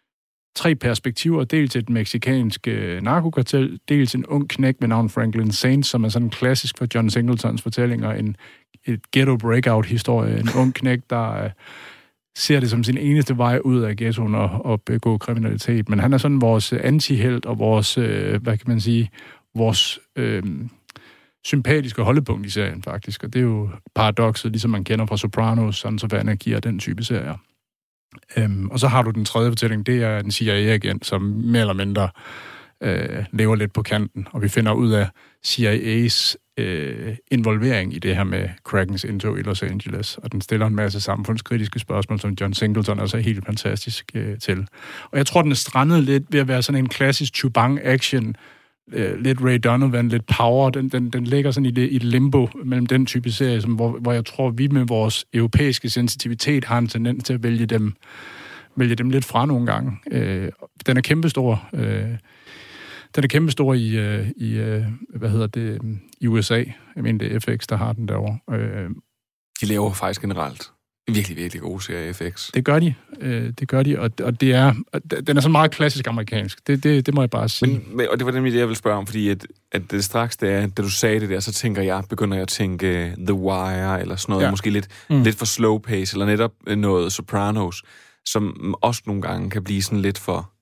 tre perspektiver. Dels et mexikansk øh, narkokartel, dels en ung knæk ved navn Franklin Saints, som er sådan en klassisk for John Singletons fortællinger, en et ghetto breakout-historie. En ung knæk, der øh, ser det som sin eneste vej ud af ghettoen og, og begå kriminalitet. Men han er sådan vores antihelt og vores, øh, hvad kan man sige, vores øh, sympatiske holdepunkt i serien, faktisk. Og det er jo paradokset, ligesom man kender fra Sopranos, Sons of Anarchy og den type serier. Øhm, og så har du den tredje fortælling, det er en C I A-agent, som mere eller mindre øh, lever lidt på kanten, og vi finder ud af C I A's øh, involvering i det her med Krakens indtog i Los Angeles, og den stiller en masse samfundskritiske spørgsmål, som John Singleton også er helt fantastisk øh, til. Og jeg tror, den er strandet lidt ved at være sådan en klassisk Chubang-action, øh, lidt Ray Donovan, lidt power, den, den, den ligger sådan i det, i et limbo mellem den type serie, som, hvor, hvor jeg tror, vi med vores europæiske sensitivitet har en tendens til at vælge dem, vælge dem lidt fra nogle gange. Øh, den er kæmpestor. Øh, den er kæmpestor i, øh, i øh, hvad hedder det, i U S A. Jeg mener, det er F X, der har den derovre. Øh, de laver faktisk generelt virkelig, virkelig gode serier, F X. Det gør de. Øh, det gør de, og, og det er, den er så meget klassisk amerikansk. Det, det, det må jeg bare sige. Men, men, og det var nemlig det, jeg ville spørge om, fordi at, at det straks, da, da du sagde det der, så tænker jeg, begynder jeg at tænke The Wire, eller sådan noget, ja. Måske lidt, mm. lidt for slow pace, eller netop noget Sopranos, som også nogle gange kan blive sådan lidt for...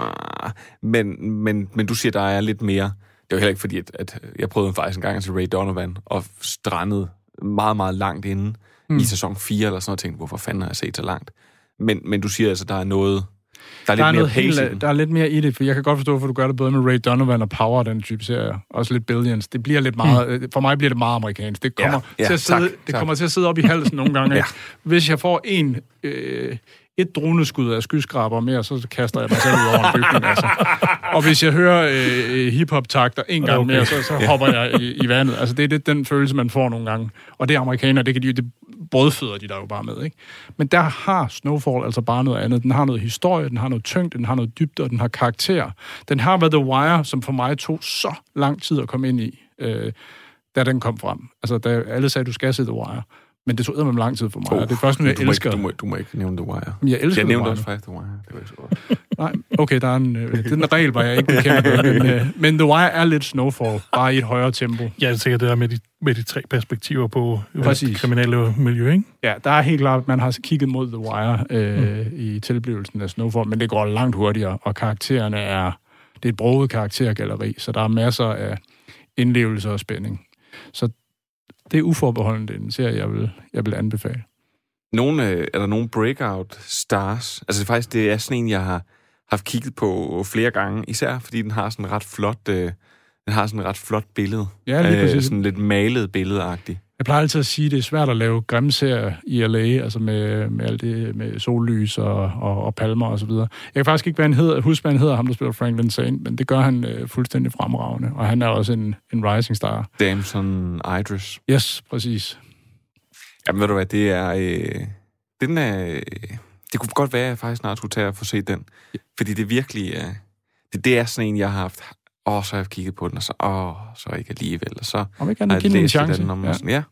Men, men, men du siger, der er lidt mere... Det er jo heller ikke fordi, at, at jeg prøvede faktisk en gang til Ray Donovan, og strandede meget, meget langt inde mm. i sæson fire, eller sådan noget, og tænkte, hvorfor fanden har jeg set så langt? Men, men du siger altså, der er noget... Der er, der, er lidt noget mere helt, der er lidt mere i det, for jeg kan godt forstå, hvorfor du gør det både med Ray Donovan og Power, den type serie. Også lidt Billions. Det bliver lidt meget... Mm. For mig bliver det meget amerikansk. Det kommer, ja, ja, til, at sidde, tak, det kommer tak. til at sidde op i halsen nogle gange. Ja. Hvis jeg får en... Øh, et droneskud af skyskraber mere, så kaster jeg mig selv ud over en bygning. Altså. Og hvis jeg hører øh, hip-hop-takter en gang okay. mere, så, så hopper jeg i, i vandet. Altså, det er det, den følelse, man får nogle gange. Og det er amerikanere, det kan de det brødføder de der jo bare med, ikke? Men der har Snowfall altså bare noget andet. Den har noget historie, den har noget tyngde, den har noget dybde, og den har karakter. Den har været The Wire, som for mig tog så lang tid at komme ind i, øh, da den kom frem. Altså, da alle sagde, du skal se The Wire. Men det tog eddermame lang tid for mig, oh, og det er først nu, jeg du elsker... Må ikke, du, må, du må ikke nævne The Wire. Men jeg elsker jeg The Wire. Jeg nævnte også faktisk The Wire. Det var ikke så godt. Nej, okay, der er en, øh, den regel, var jeg ikke kender, men, øh, men The Wire er lidt Snowfall, bare i et højere tempo. Ja, jeg tænker det der med de, med de tre perspektiver på det kriminelle miljø, ikke? Ja, der er helt klart, at man har kigget mod The Wire øh, mm. i tilblivelsen af Snowfall, men det går langt hurtigere, og karaktererne er... Det er et broget karaktergalleri, så der er masser af indlevelser og spænding. Så det er uforbeholdende en serie, jeg vil, jeg vil anbefale. Nogle, er der nogle breakout stars? Altså faktisk, det er sådan en, jeg har haft kigget på flere gange, især fordi den har sådan et ret flot, øh, den har sådan et ret flot billede. Ja, lige præcis. Øh, sådan lidt malet billedeagtigt. Jeg plejer altid at sige, at det er svært at lave grimme serier i L A, altså med, med alt det med sollys og, og, og palmer og så videre. Jeg kan faktisk ikke hvad han hedder, huske, hvad han hedder, ham der spiller Franklin Saint, men det gør han øh, fuldstændig fremragende, og han er også en, en rising star. Damson Idris. Yes, præcis. Jamen ved du hvad, det er... Øh, den er... Øh, det kunne godt være, at jeg faktisk snart skulle tage og få set den. Ja. Fordi det virkelig... Øh, det, det er sådan en, jeg har haft... Åh, så har jeg kigget på den, og så... Åh, så ikke alligevel, og så... Om ikke han give den en chance. Den, ja. Sådan, ja.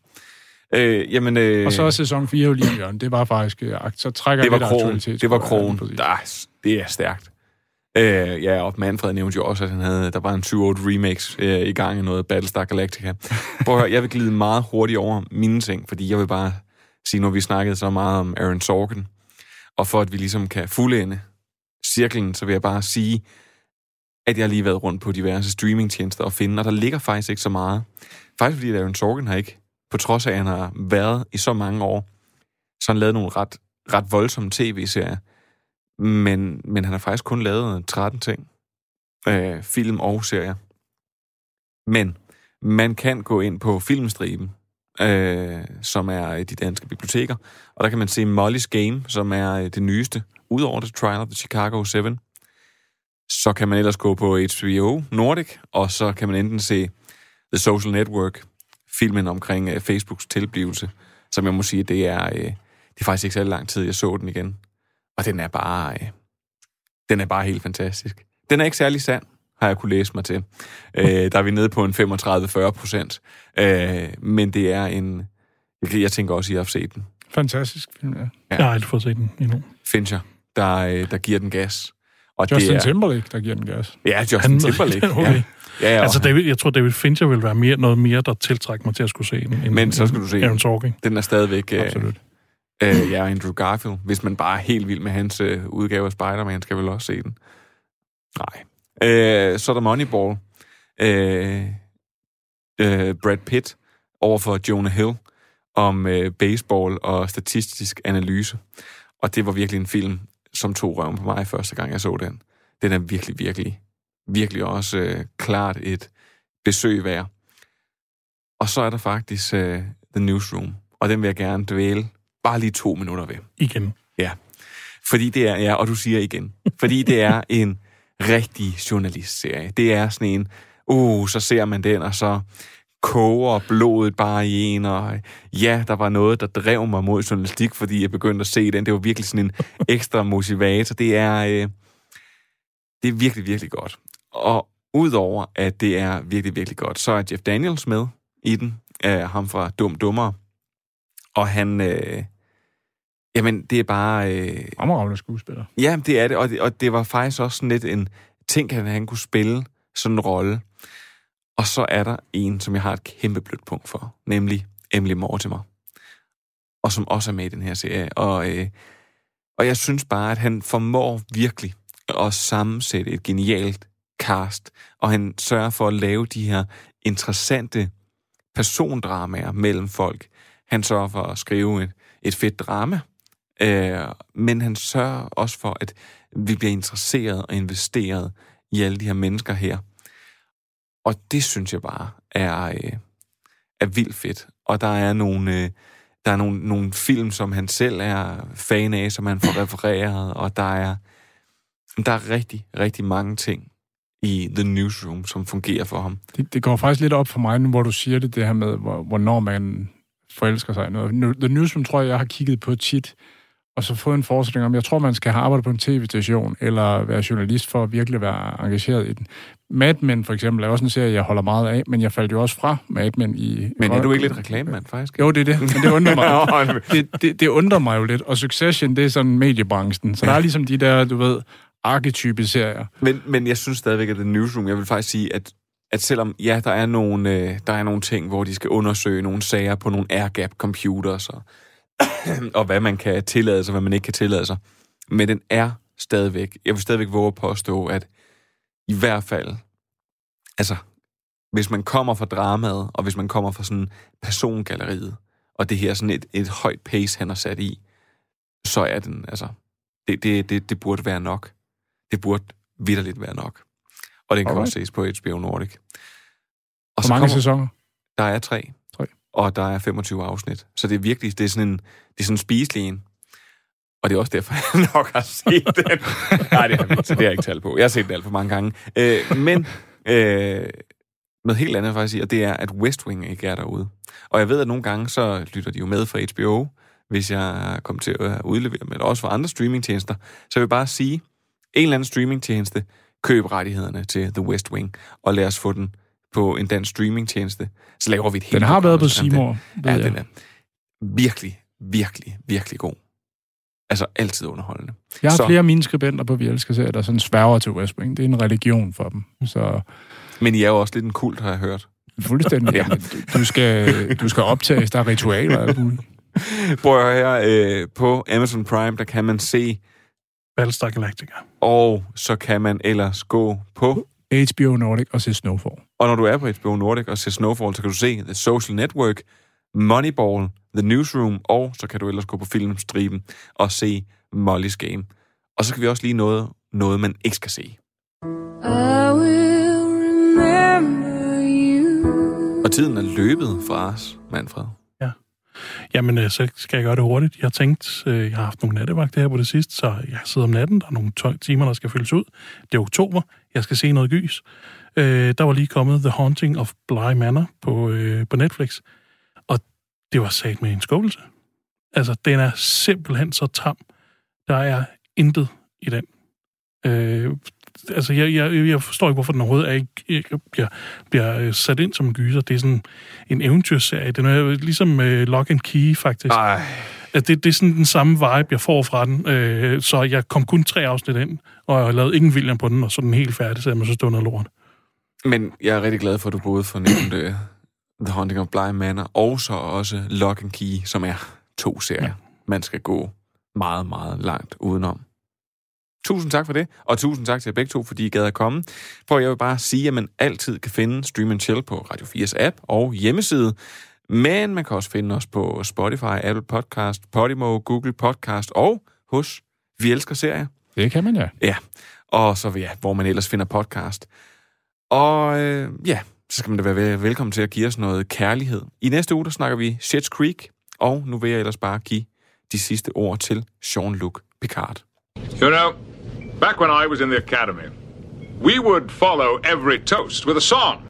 Øh, jamen, øh, og så er sæson fire jo lige Jørgen. Det var faktisk... Øh, så trækker det var lidt aktualitet. Det var krogen. Det er stærkt. Øh, ja, og Manfred nævnte jo også, at han havde... Der var en syv otte remakes øh, i gang i noget Battlestar Galactica. Prøv at høre, jeg vil glide meget hurtigt over mine ting, fordi jeg vil bare sige, når vi snakkede så meget om Aaron Sorkin, og for at vi ligesom kan fuldende cirklen, så vil jeg bare sige, at jeg har lige været rundt på diverse streamingtjenester og finde, og der ligger faktisk ikke så meget. Faktisk fordi Aaron Sorkin har ikke, på trods af, at han har været i så mange år, så han lavet nogle ret, ret voldsomme tv-serier, men, men han har faktisk kun lavet tretten ting. Øh, film og serier. Men man kan gå ind på Filmstriben, øh, som er de danske biblioteker, og der kan man se Molly's Game, som er det nyeste, udover The Trial of the Chicago syv. Så kan man ellers gå på H B O Nordic, og så kan man enten se The Social Network, filmen omkring uh, Facebooks tilblivelse, som jeg må sige, det er, uh, det er faktisk ikke så lang tid, jeg så den igen. Og den er bare, uh, den er bare helt fantastisk. Den er ikke særlig sand, har jeg kunne læse mig til. Uh, der er vi nede på en femogtredive til fyrre procent. Uh, men det er en... Jeg tænker også, at I har set den. Fantastisk film, ja. ja. Jeg har aldrig fået set den endnu. Fincher, der, uh, der giver den gas. Og Justin det er, Timberlake, der giver den gas. Ja, Justin Han, Timberlake. okay. ja. Ja, ja, altså, David, jeg tror, David Fincher vil være mere, noget mere, der tiltrækker mig til at skulle se den. En, Men så skal du se, Aaron Sorkin. Den er stadigvæk... Absolut. Øh, øh, ja, Andrew Garfield. Hvis man bare er helt vild med hans øh, udgave af Spider-Man, skal vel også se den. Nej. Øh, så er der Moneyball. Øh, øh, Brad Pitt overfor Jonah Hill om øh, baseball og statistisk analyse. Og det var virkelig en film, som tog røven på mig første gang, jeg så den. Den er virkelig, virkelig, virkelig også øh, klart et besøg værd. Og så er der faktisk øh, The Newsroom, og den vil jeg gerne dvæle bare lige to minutter ved. Igen. Ja. Fordi det er, ja, og du siger igen. Fordi det er en rigtig journalistserie. Det er sådan en, uh, så ser man den, og så koger blodet bare i en, og ja, der var noget, der drev mig mod journalistik, fordi jeg begyndte at se den. Det var virkelig sådan en ekstra motivator. Det er, øh, det er virkelig, virkelig godt. Og udover, at det er virkelig, virkelig godt, så er Jeff Daniels med i den, øh, ham fra Dum Dummere. Og han, øh, jamen, det er bare... Øh, Fremragende skuespiller. Ja, det er det og, det, og det var faktisk også sådan lidt en ting, at han kunne spille sådan en rolle. Og så er der en, som jeg har et kæmpe blødt punkt for, nemlig Emily Mortimer, og som også er med i den her serie. Og, øh, og jeg synes bare, at han formår virkelig at sammensætte et genialt cast, og han sørger for at lave de her interessante persondramaer mellem folk. Han sørger for at skrive et, et fedt drama, øh, men han sørger også for, at vi bliver interesseret og investeret i alle de her mennesker her. Og det synes jeg bare er, øh, er vildt fedt. Og der er nogle, øh, der er nogle, nogle film, som han selv er fan af, som han får refereret, og der er, der er rigtig, rigtig mange ting i The Newsroom, som fungerer for ham. Det, det går faktisk lidt op for mig nu, hvor du siger det, det her med, hvor, hvornår man forelsker sig i noget. The Newsroom tror jeg, jeg har kigget på tit, og så fået en forestilling om, jeg tror, man skal have arbejdet på en tv-station, eller være journalist for at virkelig være engageret i den. Mad Men for eksempel er også en serie, jeg holder meget af, men jeg faldt jo også fra Mad Men i... Men er du ikke lidt reklamemand, faktisk? Jo, det er det, men det undrer mig. det, det, det undrer mig jo lidt, og Succession, det er sådan mediebranchen, så der er ligesom de der, du ved, arketype serier. Men, men jeg synes stadigvæk, at The Newsroom, jeg vil faktisk sige, at, at selvom, ja, der er, nogle, øh, der er nogle ting, hvor de skal undersøge nogle sager på nogle air-gap-computers, og, og hvad man kan tillade sig, hvad man ikke kan tillade sig. Men den er stadigvæk, jeg vil stadigvæk våge at påstå, at i hvert fald, altså, hvis man kommer fra dramaet, og hvis man kommer fra sådan persongalleriet, og det her sådan et, et højt pace, han har sat i, så er den, altså, det, det, det, det burde være nok. Det burde vitterligt være nok. Og den kan okay. også ses på H B O Nordic. Og Hvor mange kommer, sæsoner? Der er tre. tre. Og der er femogtyve afsnit. Så det er virkelig, det er sådan en, det er sådan en spiselig en. Og det er også derfor, jeg nok har set den. Nej, det har jeg ikke, så det har jeg ikke talt på. Jeg har set den alt for mange gange. Øh, men øh, noget helt andet faktisk sige, og det er, at West Wing ikke er derude. Og jeg ved, at nogle gange, så lytter de jo med fra H B O, hvis jeg kommer til at udlevere med, også for andre streamingtjenester. Så jeg vil bare sige, en eller anden streamingtjeneste, køb rettighederne til The West Wing, og lad os få den på en dansk streamingtjeneste. Så laver vi et helt... Den har været på C More. Ja, den er virkelig, virkelig, virkelig god. Altså altid underholdende. Jeg har så, flere af mine skribenter på Vi Elsker Serier, der sådan sværger til West Wing. Det er en religion for dem. Så... Men I er jo også lidt en kult, har jeg hørt. Fuldstændig. Ja. Du skal, du skal optages, der er ritualer og alt muligt. Prøv at høre her, øh, på Amazon Prime, der kan man se Battlestar Galactica. Og så kan man ellers gå på H B O Nordic og se Snowfall. Og når du er på H B O Nordic og ser Snowfall, så kan du se The Social Network, Moneyball, The Newsroom, og så kan du ellers gå på Filmstriben og se Molly's Game. Og så kan vi også lige noget, noget man ikke skal se. I will remember you. Og tiden er løbet fra os, Manfred. Ja. Jamen, så skal jeg gøre det hurtigt. Jeg har tænkt, jeg har haft nogle nattevagter her på det sidste, så jeg sidder om natten. Der er nogle tolv timer, der skal fyldes ud. Det er oktober. Jeg skal se noget gys. Der var lige kommet The Haunting of Bly Manor på, på Netflix. Og det var sat med en skuffelse. Altså, den er simpelthen så tam. Der er intet i den. altså, jeg, jeg, jeg forstår ikke, hvorfor den overhovedet er ikke, bliver, bliver sat ind som en gyser. Det er sådan en eventyrserie. Den er ligesom uh, Lock and Key, faktisk. Ej. Det, det er sådan den samme vibe, jeg får fra den. Øh, så jeg kom kun tre afsnit ind, og jeg lavede ingen William på den, og så er den helt færdig, så jeg synes, det var noget lort. Men jeg er rigtig glad for, at du både fornævnte The Haunting of Bly Manor, og så også Lock and Key, som er to serier. Ja. Man skal gå meget, meget langt udenom. Tusind tak for det, og tusind tak til jer begge to, fordi I gad at komme. For jeg vil bare sige, at man altid kan finde Stream and Chill på Radio fires app og hjemmeside, men man kan også finde os på Spotify, Apple Podcast, Podimo, Google Podcast og hos Vi Elsker Serier. Det kan man, ja. Ja, og så ja, hvor man ellers finder podcast. Og øh, ja, så skal man da være velkommen til at give os noget kærlighed. I næste uge, der snakker vi Schitt's Creek, og nu vil jeg ellers bare give de sidste ord til Jean-Luc Picard. You know, back when I was in the academy, we would follow every toast with a song.